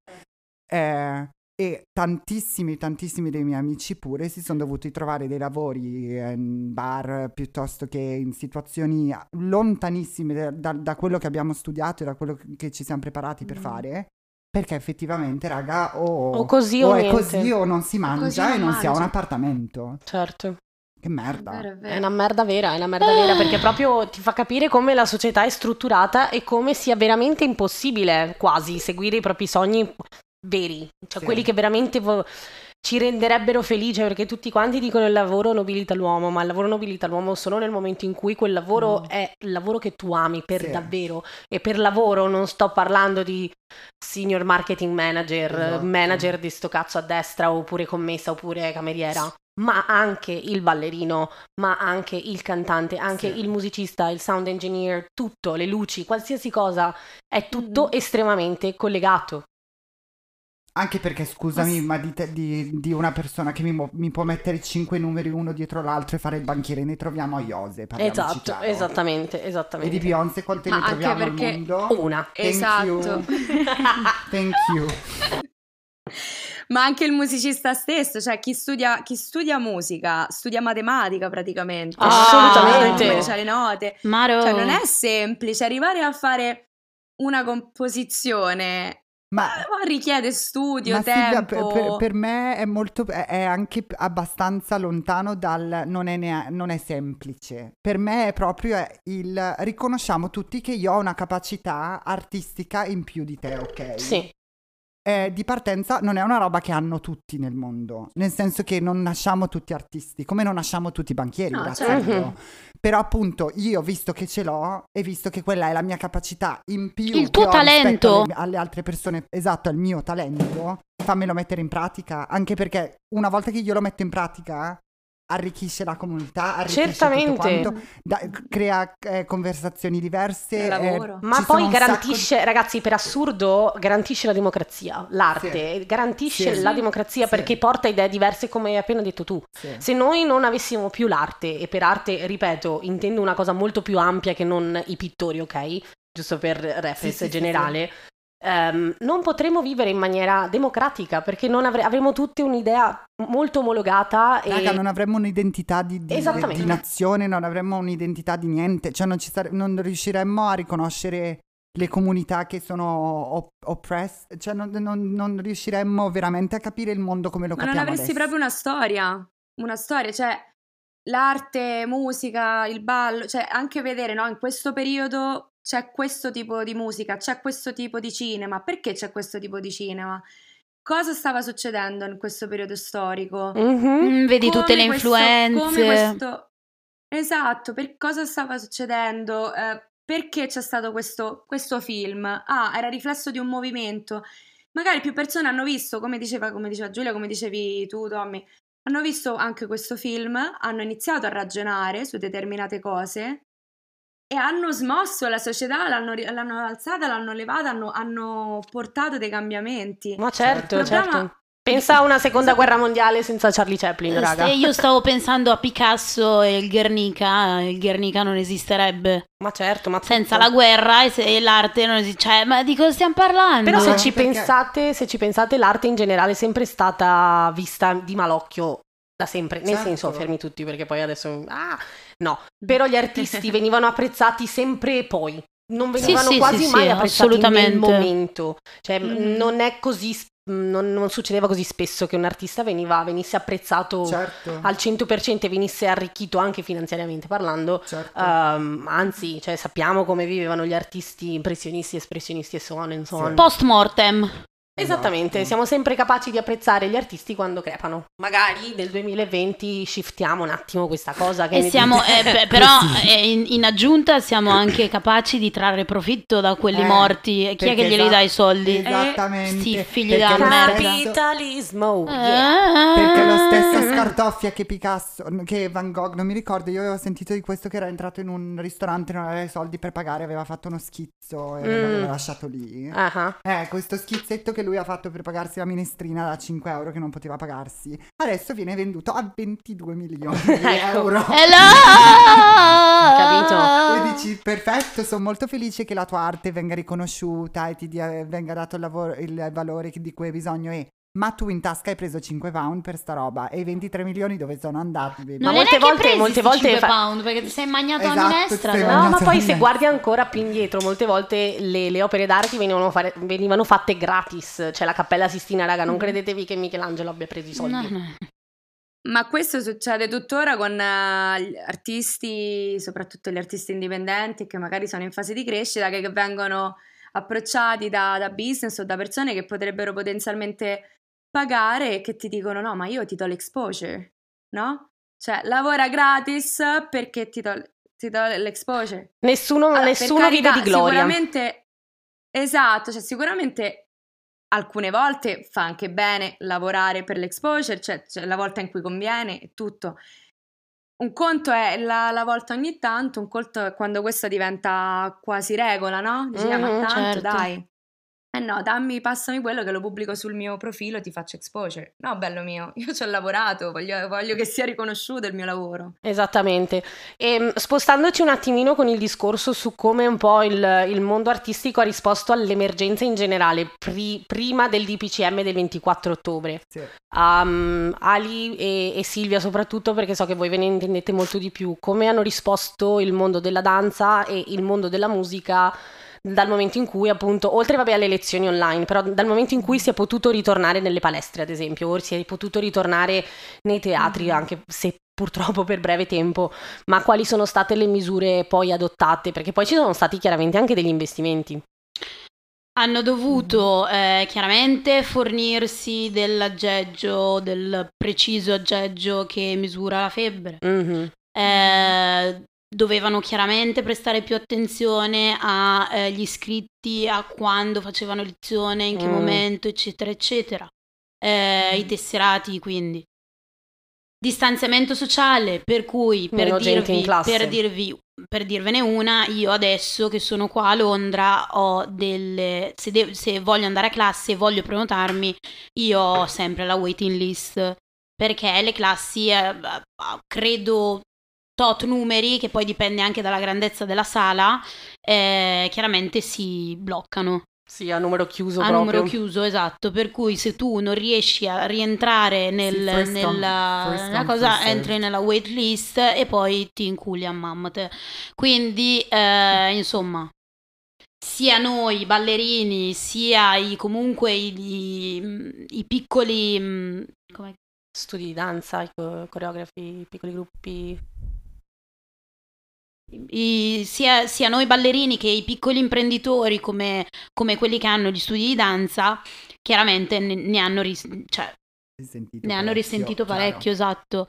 Eh, e tantissimi, tantissimi dei miei amici pure si sono dovuti trovare dei lavori eh, in bar piuttosto che in situazioni lontanissime da, da- da quello che abbiamo studiato e da quello che ci siamo preparati per Mm. fare. Perché effettivamente, raga, o, O così o è niente. così o non si mangia così e non non si ha un mangi. appartamento. Certo. Che merda. Vero, è vero. È una merda vera, è una merda vera, perché proprio ti fa capire come la società è strutturata e come sia veramente impossibile quasi seguire i propri sogni veri, cioè Sì. quelli che veramente vo- ci renderebbero felice, perché tutti quanti dicono il lavoro nobilita l'uomo, ma il lavoro nobilita l'uomo solo nel momento in cui quel lavoro Mm. è il lavoro che tu ami per Sì. davvero. E per lavoro non sto parlando di senior marketing manager, Esatto. manager di sto cazzo a destra, oppure commessa, oppure cameriera, ma anche il ballerino, ma anche il cantante, anche Sì. il musicista, il sound engineer, tutto, le luci, qualsiasi cosa, è tutto Mhm. estremamente collegato. Anche perché, scusami, ma di, te- di- di una persona che mi, mo- mi può mettere cinque numeri uno dietro l'altro e fare il banchiere, ne troviamo a Iose, parliamoci Esatto, chiaro. esattamente, E esattamente. di Beyoncé quante Ma ne anche troviamo al perché- mondo? Una. Thank Esatto. you. Thank you. Ma anche il musicista stesso, cioè chi studia, chi studia musica, studia matematica praticamente. Assolutamente. Come c'ha le note. Maro, Cioè non è semplice arrivare a fare una composizione Ma, ma richiede studio, ma Silvia, tempo. per, per- per me è molto, è, è anche abbastanza lontano dal, non è, nea- non è semplice. Per me è proprio eh, il, riconosciamo tutti che io ho una capacità artistica in più di te, ok? Sì. Eh, di partenza non è una roba che hanno tutti nel mondo, nel senso che non nasciamo tutti artisti, come non nasciamo tutti banchieri, No, grazie certo. a Dio. Però appunto io, visto che ce l'ho e visto che quella è la mia capacità in più Il che tuo ho rispetto talento. alle, alle altre persone, esatto, al mio talento, fammelo mettere in pratica, anche perché una volta che io lo metto in pratica arricchisce la comunità, arricchisce Certamente. tutto quanto, da- crea eh, conversazioni diverse, È lavoro. Ma ci poi sono un sacco garantisce, ragazzi, per assurdo, garantisce la democrazia, l'arte, garantisce Sì. la Sì. democrazia Sì. perché porta idee diverse, come hai appena detto tu. Sì. Se noi non avessimo più l'arte, e per arte, ripeto, intendo una cosa molto più ampia che non i pittori, ok? Giusto per reference Sì, sì, sì, generale. ehm, non potremo vivere in maniera democratica perché non avre- avremo tutte un'idea molto omologata e Raga, non avremmo un'identità di, di- Esattamente. di nazione, non avremmo un'identità di niente, cioè non, ci sare- non riusciremmo a riconoscere le comunità che sono op- oppressed, cioè non, non- non riusciremmo veramente a capire il mondo come lo Ma non capiamo avresti adesso. proprio una storia, una storia, cioè l'arte, musica, il ballo, cioè anche vedere, no, in questo periodo c'è questo tipo di musica, c'è questo tipo di cinema, perché c'è questo tipo di cinema? Cosa stava succedendo in questo periodo storico? Mhm. Mm, vedi tutte le Come questo- influenze. come questo- Esatto, per cosa stava succedendo? Eh, perché c'è stato questo, questo film? Ah, era riflesso di un movimento. Magari più persone hanno visto, come diceva, come diceva Giulia, come dicevi tu, Tommy, hanno visto anche questo film, hanno iniziato a ragionare su determinate cose e hanno smosso la società, l'hanno, ri- l'hanno alzata, l'hanno levata, hanno, hanno portato dei cambiamenti. Ma certo, Il problema- certo. Pensa a una seconda guerra mondiale senza Charlie Chaplin, raga. Se io stavo pensando a Picasso e il Guernica, il Guernica non esisterebbe Ma certo, ma senza tutto. la guerra e, se- e l'arte non esiste. Cioè, ma di cosa stiamo parlando? Però se No, ci perché- pensate, se ci pensate, l'arte in generale è sempre stata vista di malocchio da sempre. Nel Certo. senso, fermi tutti perché poi adesso... Ah, no. Però gli artisti venivano apprezzati sempre poi. Non Sì, venivano sì, quasi sì, mai sì, apprezzati nel assolutamente. momento. Cioè, Mm. non è così... sp- Non, non succedeva così spesso che un artista veniva, venisse apprezzato Certo, al cento per cento e venisse arricchito anche finanziariamente parlando. certo. Ehm, anzi, cioè, sappiamo come vivevano gli artisti impressionisti, espressionisti e so on and so on. Post mortem. Esattamente, Esatto. siamo sempre capaci di apprezzare gli artisti quando crepano. Magari nel duemilaventi shiftiamo un attimo questa cosa che E ne siamo, dite? eh, pe- però eh, in, in aggiunta siamo anche capaci di trarre profitto da quelli Eh, morti. E chi è che perché glieli esa- dà i soldi? Esattamente. sti figli perché della lo merda. stesso- Capitalismo, yeah. Ah. Perché lo stesso scartoffia che Picasso, che Van Gogh, non mi ricordo, io avevo sentito di questo che era entrato in un ristorante, non aveva i soldi per pagare, aveva fatto uno schizzo e Mm. l'aveva lasciato lì. Ah, Eh, questo schizzetto che lui ha fatto per pagarsi la minestrina da cinque euro che non poteva pagarsi, adesso viene venduto a ventidue milioni di Ecco. euro. Capito? E dici, perfetto, sono molto felice che la tua arte venga riconosciuta e ti dia- venga dato il, lavoro, il valore che- di cui hai bisogno. E ma tu in tasca hai preso cinque pound per sta roba e i ventitré milioni dove sono andati? baby? Non Ma li hai molte neanche volte- presi molte sti volte cinque fa- pound perché ti sei magnato la Esatto, minestra. ti sei no? No, ma Magnato poi la se minestra. guardi ancora più indietro, molte volte le, le opere d'arte venivano, fare- venivano fatte gratis. Cioè la Cappella Sistina, raga, non credetevi che Michelangelo abbia preso i soldi. No, no. Ma questo succede tuttora con eh, gli artisti, soprattutto gli artisti indipendenti che magari sono in fase di crescita, che, che vengono approcciati da, da business o da persone che potrebbero potenzialmente pagare e che ti dicono no, ma io ti do l'exposure, no? Cioè lavora gratis perché ti do, ti do l'exposure. Nessuno, Allora, per nessuno carità, vive di gloria. Sicuramente, esatto, cioè sicuramente alcune volte fa anche bene lavorare per l'exposure, cioè, cioè la volta in cui conviene e tutto. Un conto è la, la volta ogni tanto, un conto è quando questa diventa quasi regola, no? Dici, ah, ma Mhm, tanto, certo. dai. Eh no, dammi, passami quello che lo pubblico sul mio profilo, ti faccio exposure. No, bello mio, io ci ho lavorato, voglio, voglio che sia riconosciuto il mio lavoro. Esattamente. E spostandoci un attimino con il discorso su come un po' il, il mondo artistico ha risposto all'emergenza in generale, pri- prima del D P C M del ventiquattro ottobre. Sì. Um, Ali e, e Silvia soprattutto, perché so che voi ve ne intendete molto di più, come hanno risposto il mondo della danza e il mondo della musica dal momento in cui appunto, oltre vabbè alle lezioni online, però dal momento in cui si è potuto ritornare nelle palestre ad esempio, o si è potuto ritornare nei teatri, Mhm. anche se purtroppo per breve tempo, ma quali sono state le misure poi adottate? Perché poi ci sono stati chiaramente anche degli investimenti. Hanno dovuto eh, chiaramente fornirsi dell'aggeggio, del preciso aggeggio che misura la febbre. Mhm. Eh, dovevano chiaramente prestare più attenzione agli iscritti, a quando facevano lezione, in che Mm. momento, eccetera, eccetera. Eh, I tesserati, quindi. Distanziamento sociale, per cui per Meno gente in dirvi, classe. per dirvi, per dirvene una, io adesso che sono qua a Londra ho delle, se, de- se voglio andare a classe e voglio prenotarmi, io ho sempre la waiting list, perché le classi, eh, credo tot numeri, che poi dipende anche dalla grandezza della sala, eh, chiaramente si bloccano. Sì, a numero chiuso A proprio. numero chiuso, esatto, per cui se tu non riesci a rientrare nel, Sì, first come, nella, first nella come, cosa, first entri served. nella wait list e poi ti inculi a mammate. Quindi, eh, insomma, sia noi ballerini, sia i, comunque i, i, i piccoli... mh, come- Studi di danza, i co- coreografi, i piccoli gruppi. i- sia, sia noi ballerini che i piccoli imprenditori come, come quelli che hanno gli studi di danza, chiaramente ne, ne hanno, ris- cioè, Risentito ne hanno parecchio, risentito chiaro. parecchio, esatto.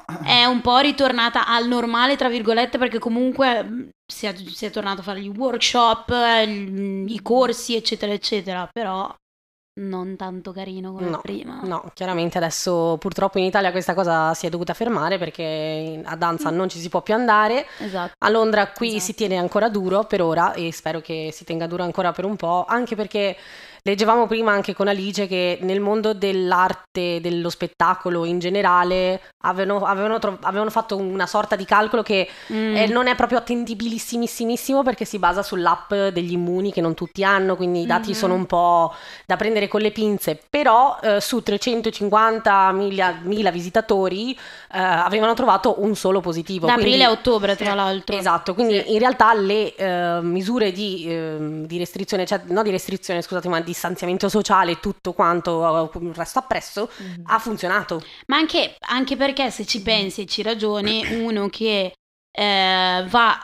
È un po' ritornata al normale, tra virgolette, perché comunque mh, si è, si è tornato a fare gli workshop, eh, gli- i corsi, eccetera, eccetera, però non tanto carino come No, prima. no, chiaramente adesso purtroppo in Italia questa cosa si è dovuta fermare perché in- a danza non ci si può più andare. Esatto. A Londra qui Esatto. si tiene ancora duro per ora e spero che si tenga duro ancora per un po', anche perché leggevamo prima anche con Alice che nel mondo dell'arte, dello spettacolo in generale, avevano, avevano tro- avevano fatto una sorta di calcolo che Mm. eh, non è proprio attendibilissimissimo perché si basa sull'app degli Immuni che non tutti hanno, quindi i dati Mhm. sono un po' da prendere con le pinze, però eh, su trecentocinquanta mila visitatori eh, avevano trovato un solo positivo. Da quindi- aprile a ottobre, tra l'altro. Esatto, quindi Sì. in realtà le eh, misure di, eh, di restrizione, cioè no di restrizione, scusate, ma distanziamento sociale e tutto quanto eh, il resto appresso Mhm. ha funzionato. Ma anche, anche perché se ci pensi e ci ragioni, uno che eh, va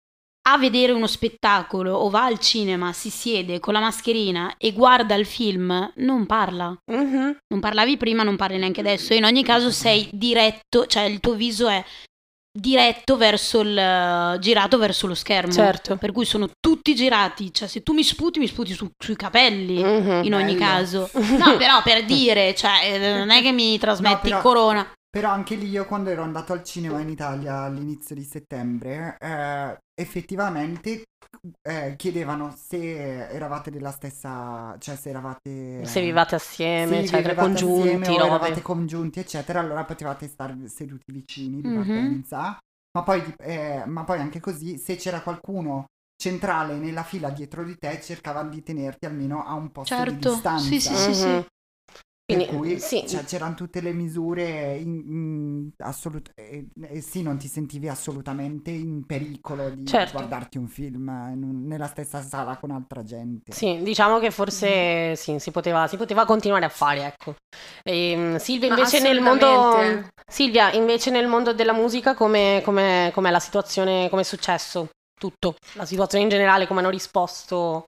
a vedere uno spettacolo o va al cinema, si siede con la mascherina e guarda il film, non parla. Mhm. Non parlavi prima, non parli neanche adesso. E in ogni caso sei diretto, cioè il tuo viso è diretto verso il girato verso lo schermo. Certo. Per cui sono tutti girati. Cioè, se tu mi sputi, mi sputi su- sui capelli. Mhm. In ogni Bello. caso. No, però per dire, cioè, eh, non è che mi trasmetti No, però- corona. Però anche lì io quando ero andato al cinema in Italia all'inizio di settembre, eh, effettivamente eh, chiedevano se eravate della stessa, cioè se eravate... Se vivate assieme, sì, eccetera, vivevate congiunti, assieme o robe. eravate congiunti, eccetera, allora potevate stare seduti vicini di Mhm. partenza. Ma poi, eh, ma poi anche così, se c'era qualcuno centrale nella fila dietro di te, cercavano di tenerti almeno a un posto di Certo. distanza. Sì, sì, sì, Mhm. sì. Per Quindi, cui sì, cioè, c'erano tutte le misure in, in assolut- e, e sì, non ti sentivi assolutamente in pericolo di Certo. guardarti un film in un- nella stessa sala con altra gente. sì, diciamo che forse sì, si poteva, si poteva continuare a fare, ecco. Ehm, Silvia, Ma invece nel mondo, assolutamente. Silvia, invece nel mondo della musica, come com'è, com'è la situazione, come è successo tutto? La situazione in generale, come hanno risposto?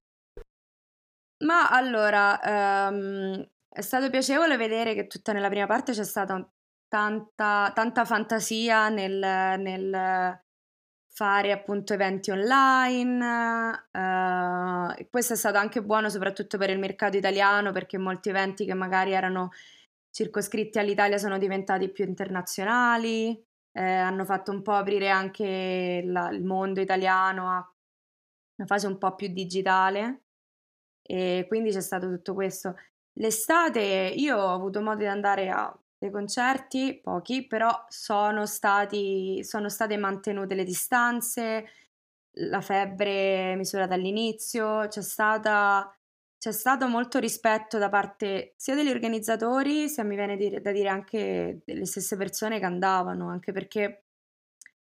Ma allora, ehm, è stato piacevole vedere che tutta nella prima parte c'è stata tanta, tanta fantasia nel, nel fare appunto eventi online. eh, e questo è stato anche buono soprattutto per il mercato italiano perché molti eventi che magari erano circoscritti all'Italia sono diventati più internazionali, eh, hanno fatto un po' aprire anche la- il mondo italiano a una fase un po' più digitale. E quindi c'è stato tutto questo. L'estate io ho avuto modo di andare a dei concerti, pochi, però sono stati, sono state mantenute le distanze, la febbre misurata all'inizio, c'è stata, c'è stato molto rispetto da parte sia degli organizzatori, sia mi viene dire- da dire anche delle stesse persone che andavano, anche perché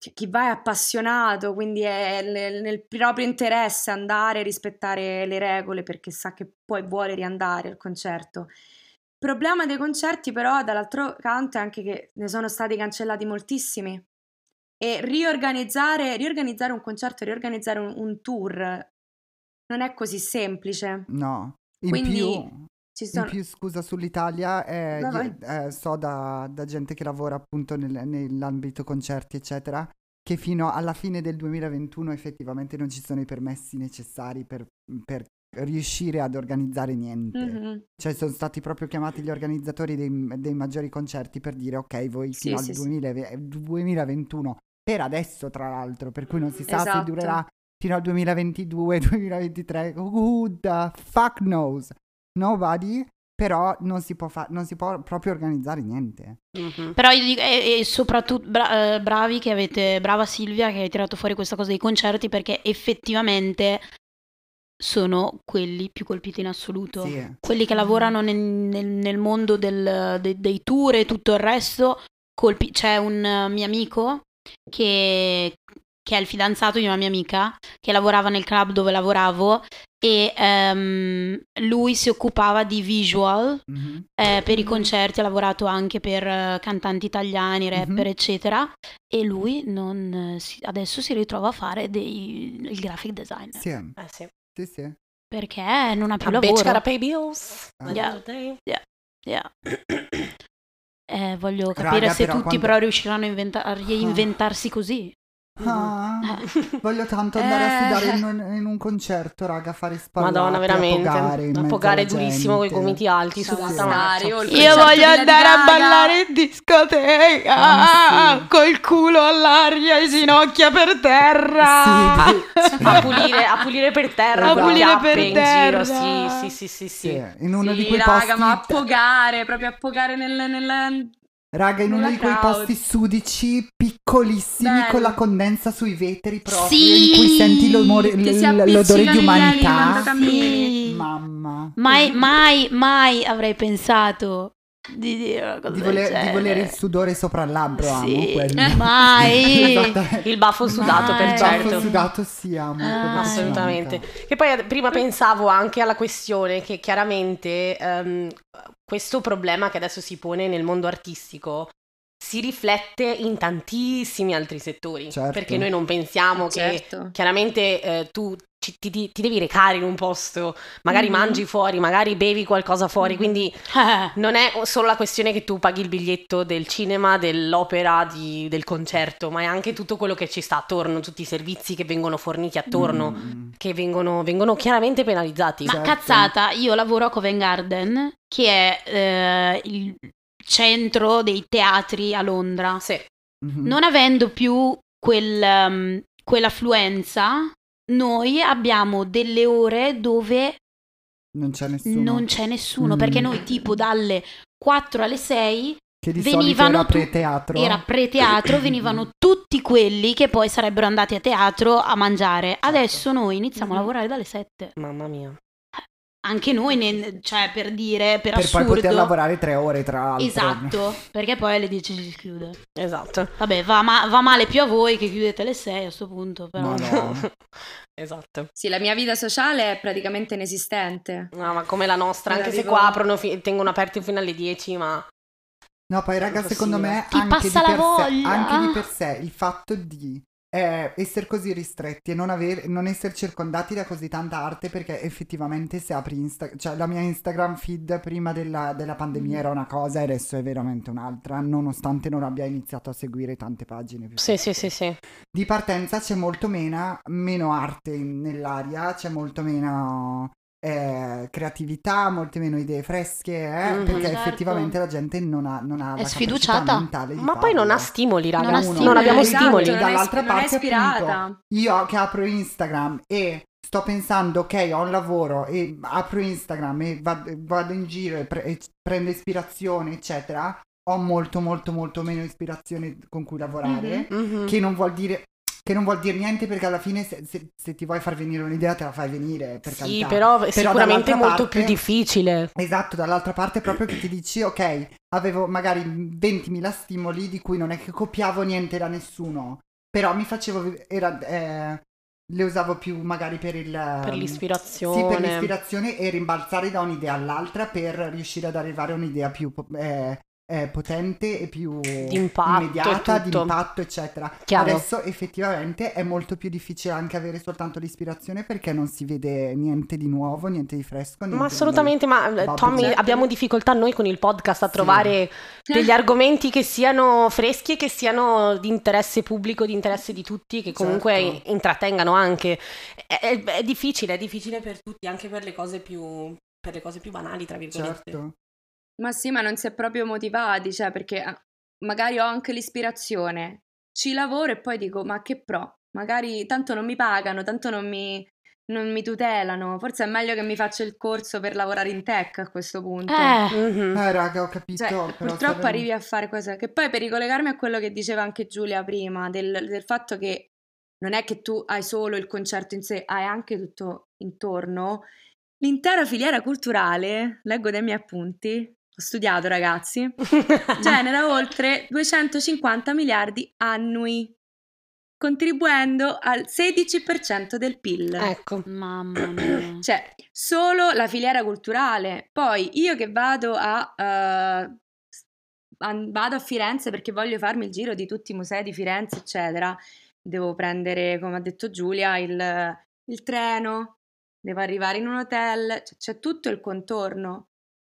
chi va è appassionato, quindi è nel, nel proprio interesse andare e rispettare le regole perché sa che poi vuole riandare al concerto. Il problema dei concerti però dall'altro canto è anche che ne sono stati cancellati moltissimi e riorganizzare, riorganizzare un concerto, riorganizzare un, un tour non è così semplice. No, in Quindi più... ci sono... In più, scusa, sull'Italia, eh, No, vai. io, eh, so da, da gente che lavora appunto nel- nell'ambito concerti, eccetera, che fino alla fine del duemilaventuno effettivamente non ci sono i permessi necessari per, per riuscire ad organizzare niente. Mhm. Cioè sono stati proprio chiamati gli organizzatori dei, dei maggiori concerti per dire ok, voi Sì, fino sì, al sì. duemila duemilaventuno, per adesso tra l'altro, per cui non si sa se Esatto. durerà fino al duemilaventidue, duemilaventitré, who the fuck knows? Nobody, però non si può fa- non si può proprio organizzare niente. Mhm. Però io dico, e, e soprattutto bra- eh, bravi che avete, brava Silvia che hai tirato fuori questa cosa dei concerti perché effettivamente sono quelli più colpiti in assoluto. Sì. Quelli che lavorano nel, nel- nel mondo del- de- dei tour e tutto il resto, colpi- c'è un eh, mio amico che, che è il fidanzato di una mia amica che lavorava nel club dove lavoravo e ehm, lui si occupava di visual Mhm. eh, per i concerti, ha lavorato anche per eh, cantanti italiani, rapper, Mhm. eccetera. E lui non, eh, si- adesso si ritrova a fare dei, il graphic designer Sì, Eh sì. sì, sì. perché non ha più A bitch lavoro. gotta pay bills. Ah. Yeah. Yeah. Eh, voglio Raga, capire se però tutti quando- però riusciranno a, inventa- a reinventarsi così. Ah, Eh. voglio tanto andare a Eh. studiare in un, in un concerto, raga, a fare spallate, Madonna, veramente. a pogare in A mezzo pogare alla durissimo con i gente. gomiti alti Sì, su sì. questa Stare, marcia. o il Io concerto voglio di Lady andare a Gaga. ballare in discoteca Ah, sì. col culo all'aria e ginocchia per terra. Sì, A pulire, a pulire per terra, A con pulire chiappe per in terra. giro. Sì, sì, sì, sì, sì, sì, sì. in uno Sì, di quei raga, posti, ma a pogare, proprio a pogare nel... nel... raga, in uno nella di quei crowd. posti sudici, piccolissimi, Bello. con la condensa sui vetri proprio, Sì. in cui senti l'umore- Che si l- l'odore appiccicano di gli alieni quando umanità. cammini. Sì. Mamma. Mai, mai, mai avrei pensato di dire una cosa Di, del voler- di genere. volere il sudore sopra il labbro, amo Sì. quello. Mai. Esattamente. Il baffo sudato, Mai. per Il certo. baffo sudato sì, amo. Ah, quello ci Assolutamente. manca. Che poi eh, prima pensavo anche alla questione che chiaramente ehm, questo problema che adesso si pone nel mondo artistico si riflette in tantissimi altri settori. Certo. Perché noi non pensiamo Certo. che chiaramente eh, tu ci- ti, ti- ti devi recare in un posto, magari Mhm. mangi fuori, magari bevi qualcosa fuori, Mhm. quindi Eh. non è solo la questione che tu paghi il biglietto del cinema, dell'opera, di- del concerto, ma è anche tutto quello che ci sta attorno, tutti i servizi che vengono forniti attorno, Mm. che vengono, vengono chiaramente penalizzati. Ma Certo. cazzata, io lavoro a Covent Garden, che è eh, il centro dei teatri a Londra. Sì. Mhm. Non avendo più quel, um, quell'affluenza, noi abbiamo delle ore dove Non c'è nessuno. non c'è nessuno, Mm. perché noi tipo dalle quattro alle sei Che di venivano solito era tu- pre-teatro. era pre-teatro, venivano tutti quelli che poi sarebbero andati a teatro a mangiare. Adesso noi iniziamo a Mhm. lavorare dalle sette. Mamma mia. Anche noi, ne- cioè per dire, per, per assurdo. poi poter lavorare tre ore tra l'altro. Esatto, perché poi alle dieci si chiude. Esatto. Vabbè, va, ma- va male più a voi che chiudete alle sei a sto punto, però. Ma no. Esatto. Sì, la mia vita sociale è praticamente inesistente. No, ma come la nostra, Ora anche se vivo- qua aprono fi- tengono aperti fino alle dieci, ma No, poi raga, Impossibile. secondo me Ti anche passa di, la per sé, voglia. anche di per sé il fatto di eh, essere così ristretti e non, aver, non essere circondati da così tanta arte, perché effettivamente se apri Instagram, cioè la mia Instagram feed prima della, della pandemia era una cosa e adesso è veramente un'altra, nonostante non abbia iniziato a seguire tante pagine. più sì, sì, piccole. sì, sì. Di partenza c'è molto meno, meno arte nell'aria, c'è molto meno eh, creatività, molte meno idee fresche, eh, Mhm. perché Certo. effettivamente la gente non ha, non ha È la capacità sfiduciata. mentale di Ma poi non ha farlo. stimoli, raga. Non ha Non, stimoli. abbiamo Esatto, stimoli. non è Dall'altra ispi- non è parte ispirata. appunto, io che apro Instagram e sto pensando ok, ho un lavoro e apro Instagram e vado, vado in giro e, pre- e prendo ispirazione eccetera, ho molto molto molto meno ispirazione con cui lavorare, Mhm. che non vuol dire che non vuol dire niente, perché alla fine se, se- se ti vuoi far venire un'idea te la fai venire, per Sì, carità. però è sicuramente dall'altra molto parte- più difficile. Esatto, dall'altra parte è proprio che ti dici ok, avevo magari ventimila stimoli di cui non è che copiavo niente da nessuno, però mi facevo, era, eh, le usavo più magari per il... Per l'ispirazione. Sì, per l'ispirazione e rimbalzare da un'idea all'altra per riuscire ad arrivare a un'idea più eh, eh, potente e più D'impatto immediata, e tutto. di impatto, eccetera. Chiaro. Adesso effettivamente è molto più difficile anche avere soltanto l'ispirazione perché non si vede niente di nuovo, niente di fresco. Niente Ma assolutamente, ma eh, Bob Tommy, Dylan. abbiamo difficoltà noi con il podcast a Sì. trovare degli argomenti che siano freschi e che siano di interesse pubblico, di interesse di tutti, che comunque Certo. intrattengano anche. È, è- è difficile, è difficile per tutti, anche per le cose più, per le cose più banali, tra virgolette. Certo. Ma sì, ma non si è proprio motivati, cioè perché ah, magari ho anche l'ispirazione, ci lavoro e poi dico, ma che pro? Magari tanto non mi pagano, tanto non mi, non mi tutelano, forse è meglio che mi faccia il corso per lavorare in tech a questo punto. Eh, Mhm. Eh raga, ho capito. Cioè, però purtroppo sarebbe- arrivi a fare cose che poi per ricollegarmi a quello che diceva anche Giulia prima, del, del fatto che non è che tu hai solo il concerto in sé, hai anche tutto intorno. L'intera filiera culturale, leggo dai miei appunti, ho studiato ragazzi, genera oltre duecentocinquanta miliardi annui, contribuendo al sedici per cento del P I L. Ecco. mamma mia. Cioè, solo la filiera culturale. Poi io che vado a, eh, an- vado a Firenze perché voglio farmi il giro di tutti i musei di Firenze, eccetera, devo prendere, come ha detto Giulia, il, il treno, devo arrivare in un hotel, cioè, c'è tutto il contorno.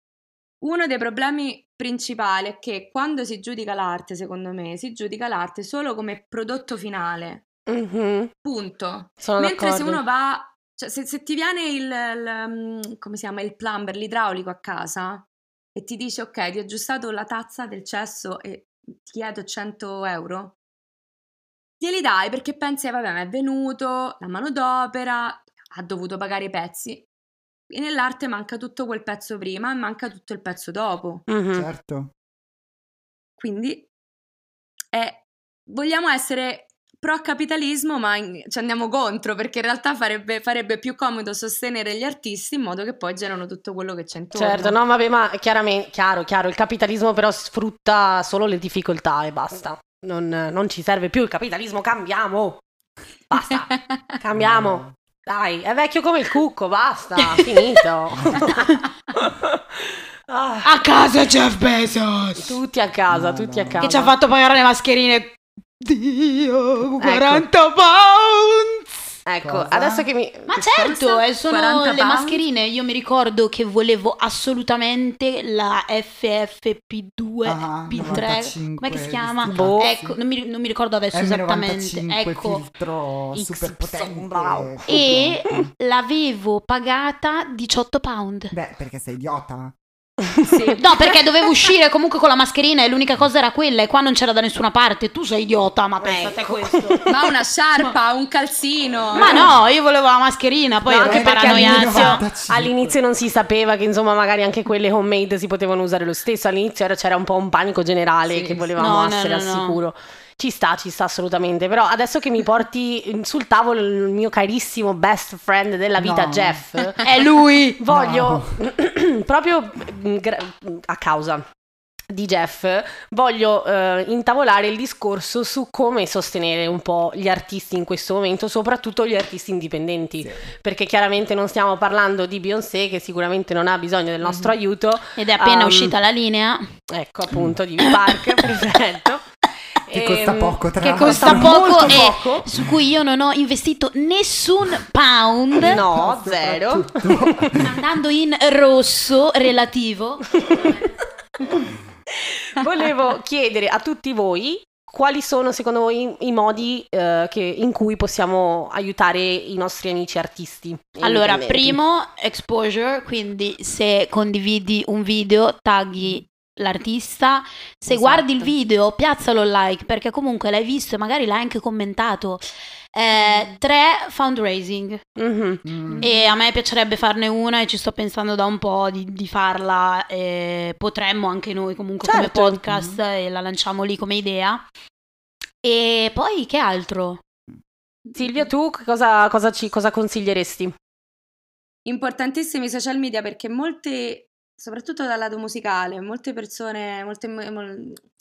Uno dei problemi principali è che quando si giudica l'arte, secondo me, si giudica l'arte solo come prodotto finale. Mhm. Punto. Sono Mentre se d'accordo. uno va, cioè se, se ti viene il, il, mm, come si chiama, il plumber, l'idraulico a casa e ti dice ok, ti ho aggiustato la tazza del cesso e ti chiedo cento euro, glieli dai perché pensi, eh, vabbè, ma è venuto, la manodopera, ha dovuto pagare i pezzi. E nell'arte manca tutto quel pezzo prima e manca tutto il pezzo dopo. Mhm. Certo. Quindi è, vogliamo essere pro capitalismo, ma in- ci andiamo contro perché in realtà farebbe, farebbe più comodo sostenere gli artisti in modo che poi generano tutto quello che c'è intorno. Certo, no, vabbè, ma chiaramente, chiaro, chiaro, il capitalismo però sfrutta solo le difficoltà e basta. Non, non ci serve più il capitalismo, cambiamo. Basta, cambiamo. Dai, è vecchio come il cucco, basta, finito. Ah, A casa Jeff Bezos, tutti a casa, No, tutti a no. casa. che ci ha fatto pagare le mascherine. Dio, quaranta pounds. Ecco, Cosa? adesso che mi... Ma che certo, cosa? eh, sono quaranta le pound? mascherine. Io mi ricordo che volevo assolutamente la F F P due, Ah, P tre, novantacinque, come si chiama? questi Boh. cazzi. Ecco, non mi, non mi ricordo adesso M esattamente. novantacinque, Ecco, filtro X super potente. bravo. e Fotonico. l'avevo pagata diciotto pound. Beh, perché sei idiota? Sì. No, perché dovevo uscire comunque con la mascherina e l'unica cosa era quella e qua non c'era da nessuna parte. Tu sei idiota, ma pensate a Ecco. questo. Ma una sciarpa, un calzino. Ma no, io volevo la mascherina, poi No, ero anche perché paranoiazio. novantacinque. all'inizio non si sapeva che insomma magari anche quelle homemade si potevano usare lo stesso, all'inizio era- c'era un po' un panico generale Sì, che sì. volevamo No, no, essere no, al no. sicuro. Ci sta, ci sta assolutamente, però adesso che mi porti sul tavolo il mio carissimo best friend della vita No. Jeff, È lui. voglio proprio mm, gra- a causa di Jeff voglio eh, intavolare il discorso su come sostenere un po' gli artisti in questo momento, soprattutto gli artisti indipendenti, Sì. perché chiaramente non stiamo parlando di Beyoncé che sicuramente non ha bisogno del nostro aiuto, Ed è appena Um, uscita la linea. ecco appunto di Park, perfetto. Che costa Ehm, poco, tra Che l'altro. costa molto poco e poco. su cui io non ho investito nessun pound. No, zero. Soprattutto. Andando in rosso relativo. Volevo chiedere a tutti voi quali sono secondo voi i, i modi eh, che- in cui possiamo aiutare i nostri amici artisti. Allora, indipendenti. primo exposure, quindi se condividi un video, tagli l'artista, se Esatto. guardi il video, piazzalo like perché comunque l'hai visto e magari l'hai anche commentato. Eh, tre, fundraising. Mhm. Mm. E a me piacerebbe farne una e ci sto pensando da un po' di, di farla. E potremmo anche noi comunque Certo. come podcast e la lanciamo lì come idea. E poi che altro? Silvia, tu che cosa, cosa, ci, cosa consiglieresti? Importantissimi i social media perché molte, soprattutto dal lato musicale, molte persone, molte, mol-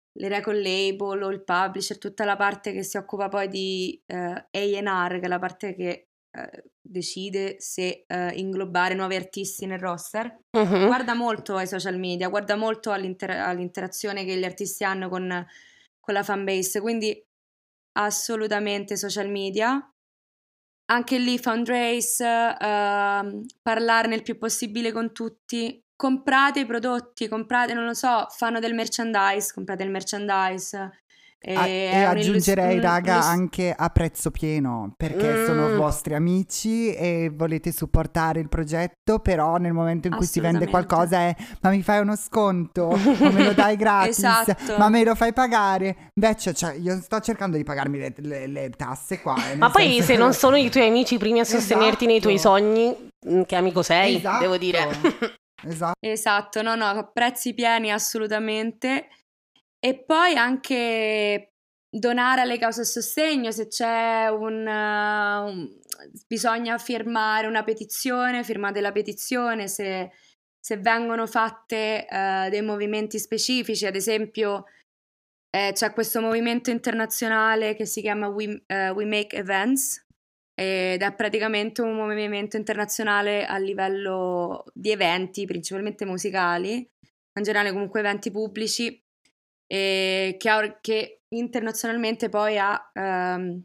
le record label o il publisher, tutta la parte che si occupa poi di eh, A and R, che è la parte che eh, decide se eh, inglobare nuovi artisti nel roster, Mhm. guarda molto ai social media, guarda molto all'inter- all'interazione che gli artisti hanno con, con la fanbase, quindi assolutamente social media. Anche lì fundraise, ehm, parlarne il più possibile con tutti. Comprate i prodotti, comprate, non lo so, fanno del merchandise, comprate il merchandise. E, Ah, è e un illus- aggiungerei, un- raga, illus- anche a prezzo pieno, perché sono Mm. vostri amici e volete supportare il progetto, però nel momento in cui si vende Assolutamente. qualcosa è ma mi fai uno sconto, o me lo dai gratis, Esatto. ma me lo fai pagare. Invece, cioè, io sto cercando di pagarmi le, le- le tasse qua. eh, Ma nel poi senso se che- non sono i tuoi amici i primi a sostenerti nei tuoi Esatto. sogni, mm, che amico sei, Esatto. devo dire. Esatto. Esatto, no, no, prezzi pieni assolutamente. E poi anche donare alle cause a sostegno, se c'è un, uh, un- bisogna firmare una petizione, firmate la petizione, se, se vengono fatte uh, dei movimenti specifici, ad esempio eh, c'è questo movimento internazionale che si chiama We, uh, We Make Events, ed è praticamente un movimento internazionale a livello di eventi, principalmente musicali, in generale comunque eventi pubblici, e che, ha- che internazionalmente poi ha, ehm,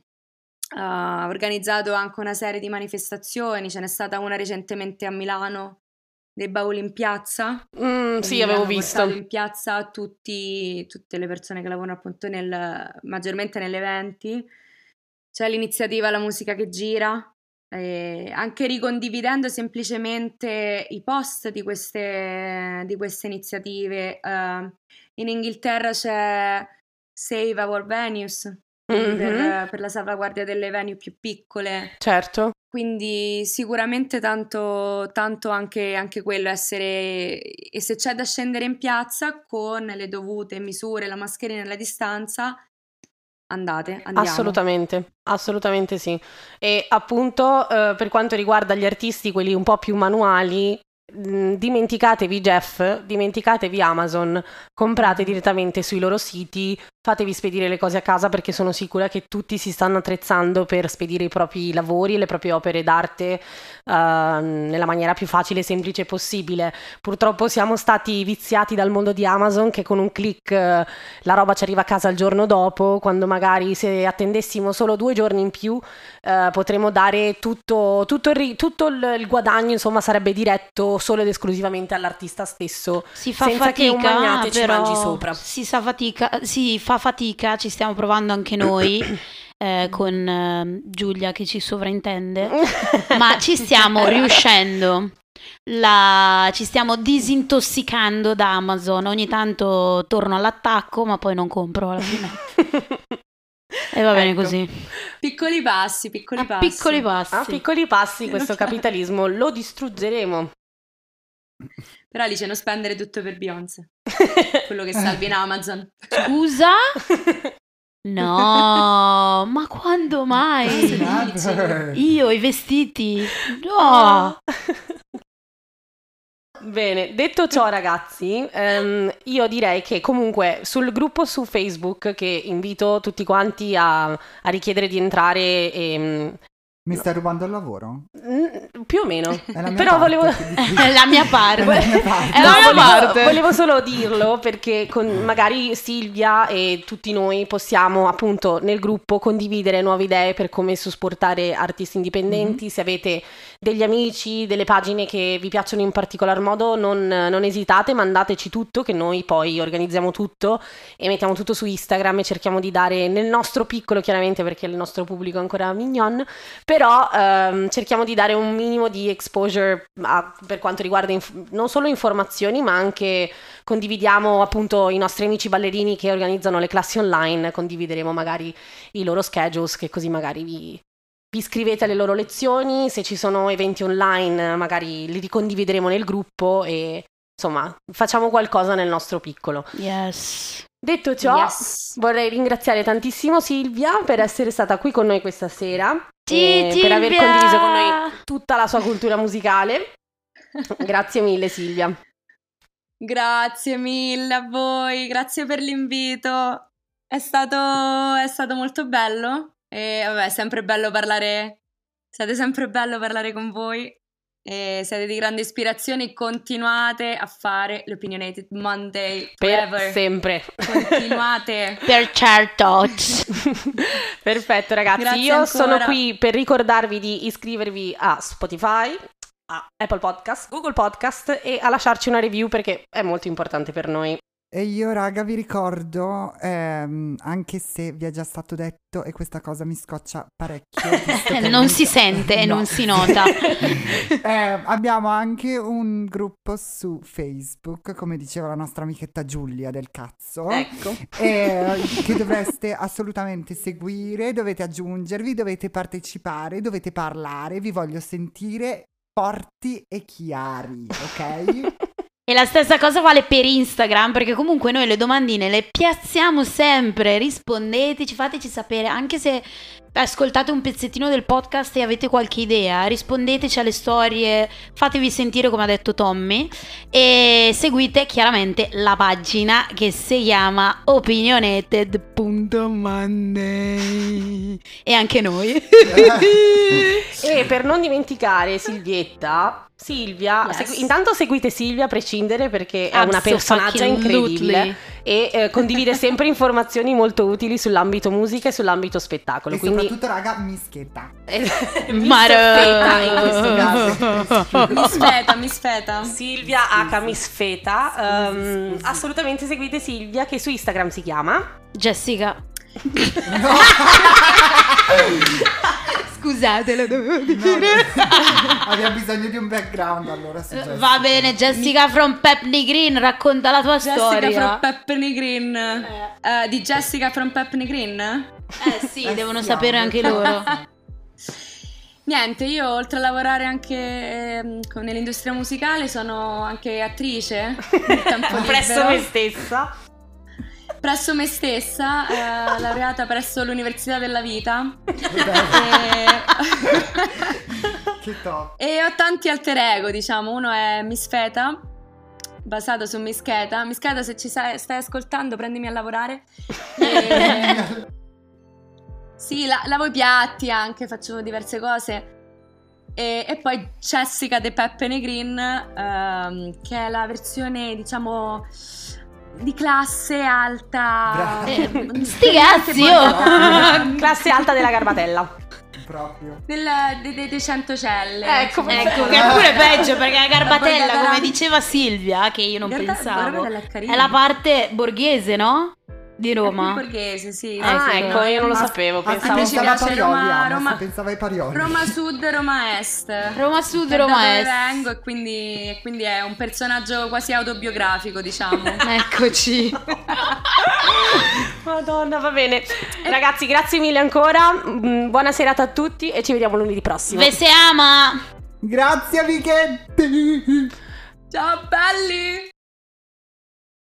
ha organizzato anche una serie di manifestazioni. Ce n'è stata una recentemente a Milano, dei bauli in piazza. Mm, sì, Quindi avevo hanno portato visto. in piazza tutti, tutte le persone che lavorano appunto nel, maggiormente negli eventi. C'è l'iniziativa La musica che gira, eh, anche ricondividendo semplicemente i post di queste, di queste iniziative. Eh, in Inghilterra c'è Save Our Venues, quindi per, Mhm. per la salvaguardia delle venue più piccole. Certo. Quindi sicuramente tanto, tanto anche, anche quello, essere, e se c'è da scendere in piazza con le dovute misure, la mascherina e la distanza, andate, andiamo. Assolutamente, assolutamente sì. E appunto, eh, per quanto riguarda gli artisti, quelli un po' più manuali, mh, dimenticatevi Jeff, dimenticatevi Amazon, comprate direttamente sui loro siti, fatevi spedire le cose a casa, perché sono sicura che tutti si stanno attrezzando per spedire i propri lavori, le proprie opere d'arte, eh, nella maniera più facile e semplice possibile. Purtroppo siamo stati viziati dal mondo di Amazon, che con un click eh, la roba ci arriva a casa il giorno dopo, quando magari se attendessimo solo due giorni in più eh, potremmo dare tutto, tutto, il, ri- tutto il, il guadagno, insomma, sarebbe diretto solo ed esclusivamente all'artista stesso, Si fa senza che un fatica, magnate ci però mangi sopra. si sa fatica, si fa fatica, ci stiamo provando anche noi eh, con eh, Giulia che ci sovraintende, ma ci stiamo riuscendo. La- ci stiamo disintossicando da Amazon. Ogni tanto torno all'attacco, ma poi non compro alla fine. E va bene Ecco. così. Piccoli passi, piccoli A passi. piccoli passi. A piccoli passi questo Chiaro. capitalismo lo distruggeremo. Però Alice, non spendere tutto per Beyoncé, quello che salvi in Amazon. Scusa? No, ma quando mai? Never. Io i vestiti? No. Bene, detto ciò ragazzi, ehm, io direi che comunque sul gruppo su Facebook, che invito tutti quanti a, a richiedere di entrare, ehm, Mi stai rubando il lavoro? mm, più o meno, È la mia però parte volevo... che dici- È la mia parte. È la mia parte. È la No, mia volevo, parte. volevo solo dirlo perché con, magari Silvia e tutti noi possiamo appunto nel gruppo condividere nuove idee per come supportare artisti indipendenti. Se avete degli amici, delle pagine che vi piacciono in particolar modo, non, non esitate, mandateci tutto, che noi poi organizziamo tutto e mettiamo tutto su Instagram e cerchiamo di dare nel nostro piccolo, chiaramente perché il nostro pubblico è ancora mignon, però ehm, cerchiamo di dare un minimo di exposure a- per quanto riguarda inf- non solo informazioni, ma anche condividiamo appunto i nostri amici ballerini che organizzano le classi online, condivideremo magari i loro schedules, che così magari vi, vi iscrivete alle loro lezioni, se ci sono eventi online magari li ricondivideremo nel gruppo e insomma facciamo qualcosa nel nostro piccolo. Yes. Detto ciò, Yes. vorrei ringraziare tantissimo Silvia per essere stata qui con noi questa sera Sì, e per aver Silvia! condiviso con noi tutta la sua cultura musicale. Grazie mille Silvia. Grazie mille a voi, grazie per l'invito. È stato, è stato molto bello e vabbè, è sempre bello parlare, siete sempre bello parlare con voi e siete di grande ispirazione. Continuate a fare l'Opinionated Monday Per forever. sempre. Continuate. Per certo. Perfetto ragazzi, Grazie io ancora. sono qui per ricordarvi di iscrivervi a Spotify, a Apple Podcast, Google Podcast e a lasciarci una review perché è molto importante per noi. E io, raga, vi ricordo, ehm, anche se vi è già stato detto, e questa cosa mi scoccia parecchio. visto che Non mi- si sente e No. non si nota. Eh, abbiamo anche un gruppo su Facebook, come diceva la nostra amichetta Giulia del cazzo, Ecco. eh, che dovreste assolutamente seguire, dovete aggiungervi, dovete partecipare, dovete parlare, vi voglio sentire forti e chiari, ok? E la stessa cosa vale per Instagram, perché comunque noi le domandine le piazziamo sempre, rispondeteci, fateci sapere, anche se ascoltate un pezzettino del podcast e avete qualche idea, rispondeteci alle storie, fatevi sentire come ha detto Tommy e seguite chiaramente la pagina che si chiama opinionated punto monday e anche noi. E per non dimenticare Silvietta, Silvia, Yes. segui- intanto seguite Silvia a prescindere perché è una Absolutely. personaggia incredibile e eh, condivide sempre informazioni molto utili sull'ambito musica e sull'ambito spettacolo. E Quindi soprattutto, raga, mischetta. Miss Feta in questo caso. Mi sfeta, mi sfeta. Silvia H. Miss Feta, ehm, assolutamente seguite Silvia che su Instagram si chiama Jessica. Scusate, lo dovevo dire. Abbiamo bisogno di un background allora su Jessica. Va bene, Jessica from Pepney Green, racconta la tua Jessica storia. from Pepney Green. Eh, di Jessica from Pepney Green? Eh sì, Eh devono sì, sapere ovvio. anche loro. Niente, io oltre a lavorare anche ehm, con- nell'industria musicale sono anche attrice nel tempo presso libero. me stessa. Presso me stessa, eh, laureata presso l'Università della Vita. Che top. E, e ho tanti alter ego, diciamo. Uno è Miss Feta, basato su Miss Cheta. Miss Cheta, se ci sai- stai ascoltando, prendimi a lavorare. E... Sì, la- lavo i piatti anche, faccio diverse cose. E, e poi Jessica de Pepney Green, ehm, che è la versione, diciamo, di classe alta. Brava. Eh, Mm, sti veramente cazzi, portata- oh! Classe alta della Garbatella. Proprio. Del, de, de, de Centocelle. Ecco, insomma. Ecco, che è pure peggio perché la Garbatella, Borgatara- come diceva Silvia, che io non Guarda- pensavo, Guarda è carina. è la parte borghese, no? Di È Roma. borghese, sì. Ah, sì, ecco, io non lo Ah, sapevo, ah, pensavo. Invece pensava a piace Parioli, Roma- Amma, Roma- se pensava ai Parioli. Roma Sud, Roma Est. Roma Sud, Che è Roma da dove Est. vengo e quindi, e quindi è un personaggio quasi autobiografico, diciamo. Eccoci. Madonna, va bene. Ragazzi, grazie mille ancora. Mm, Buona serata a tutti e ci vediamo lunedì prossimo. Ve se ama. Grazie amichetti. Ciao belli!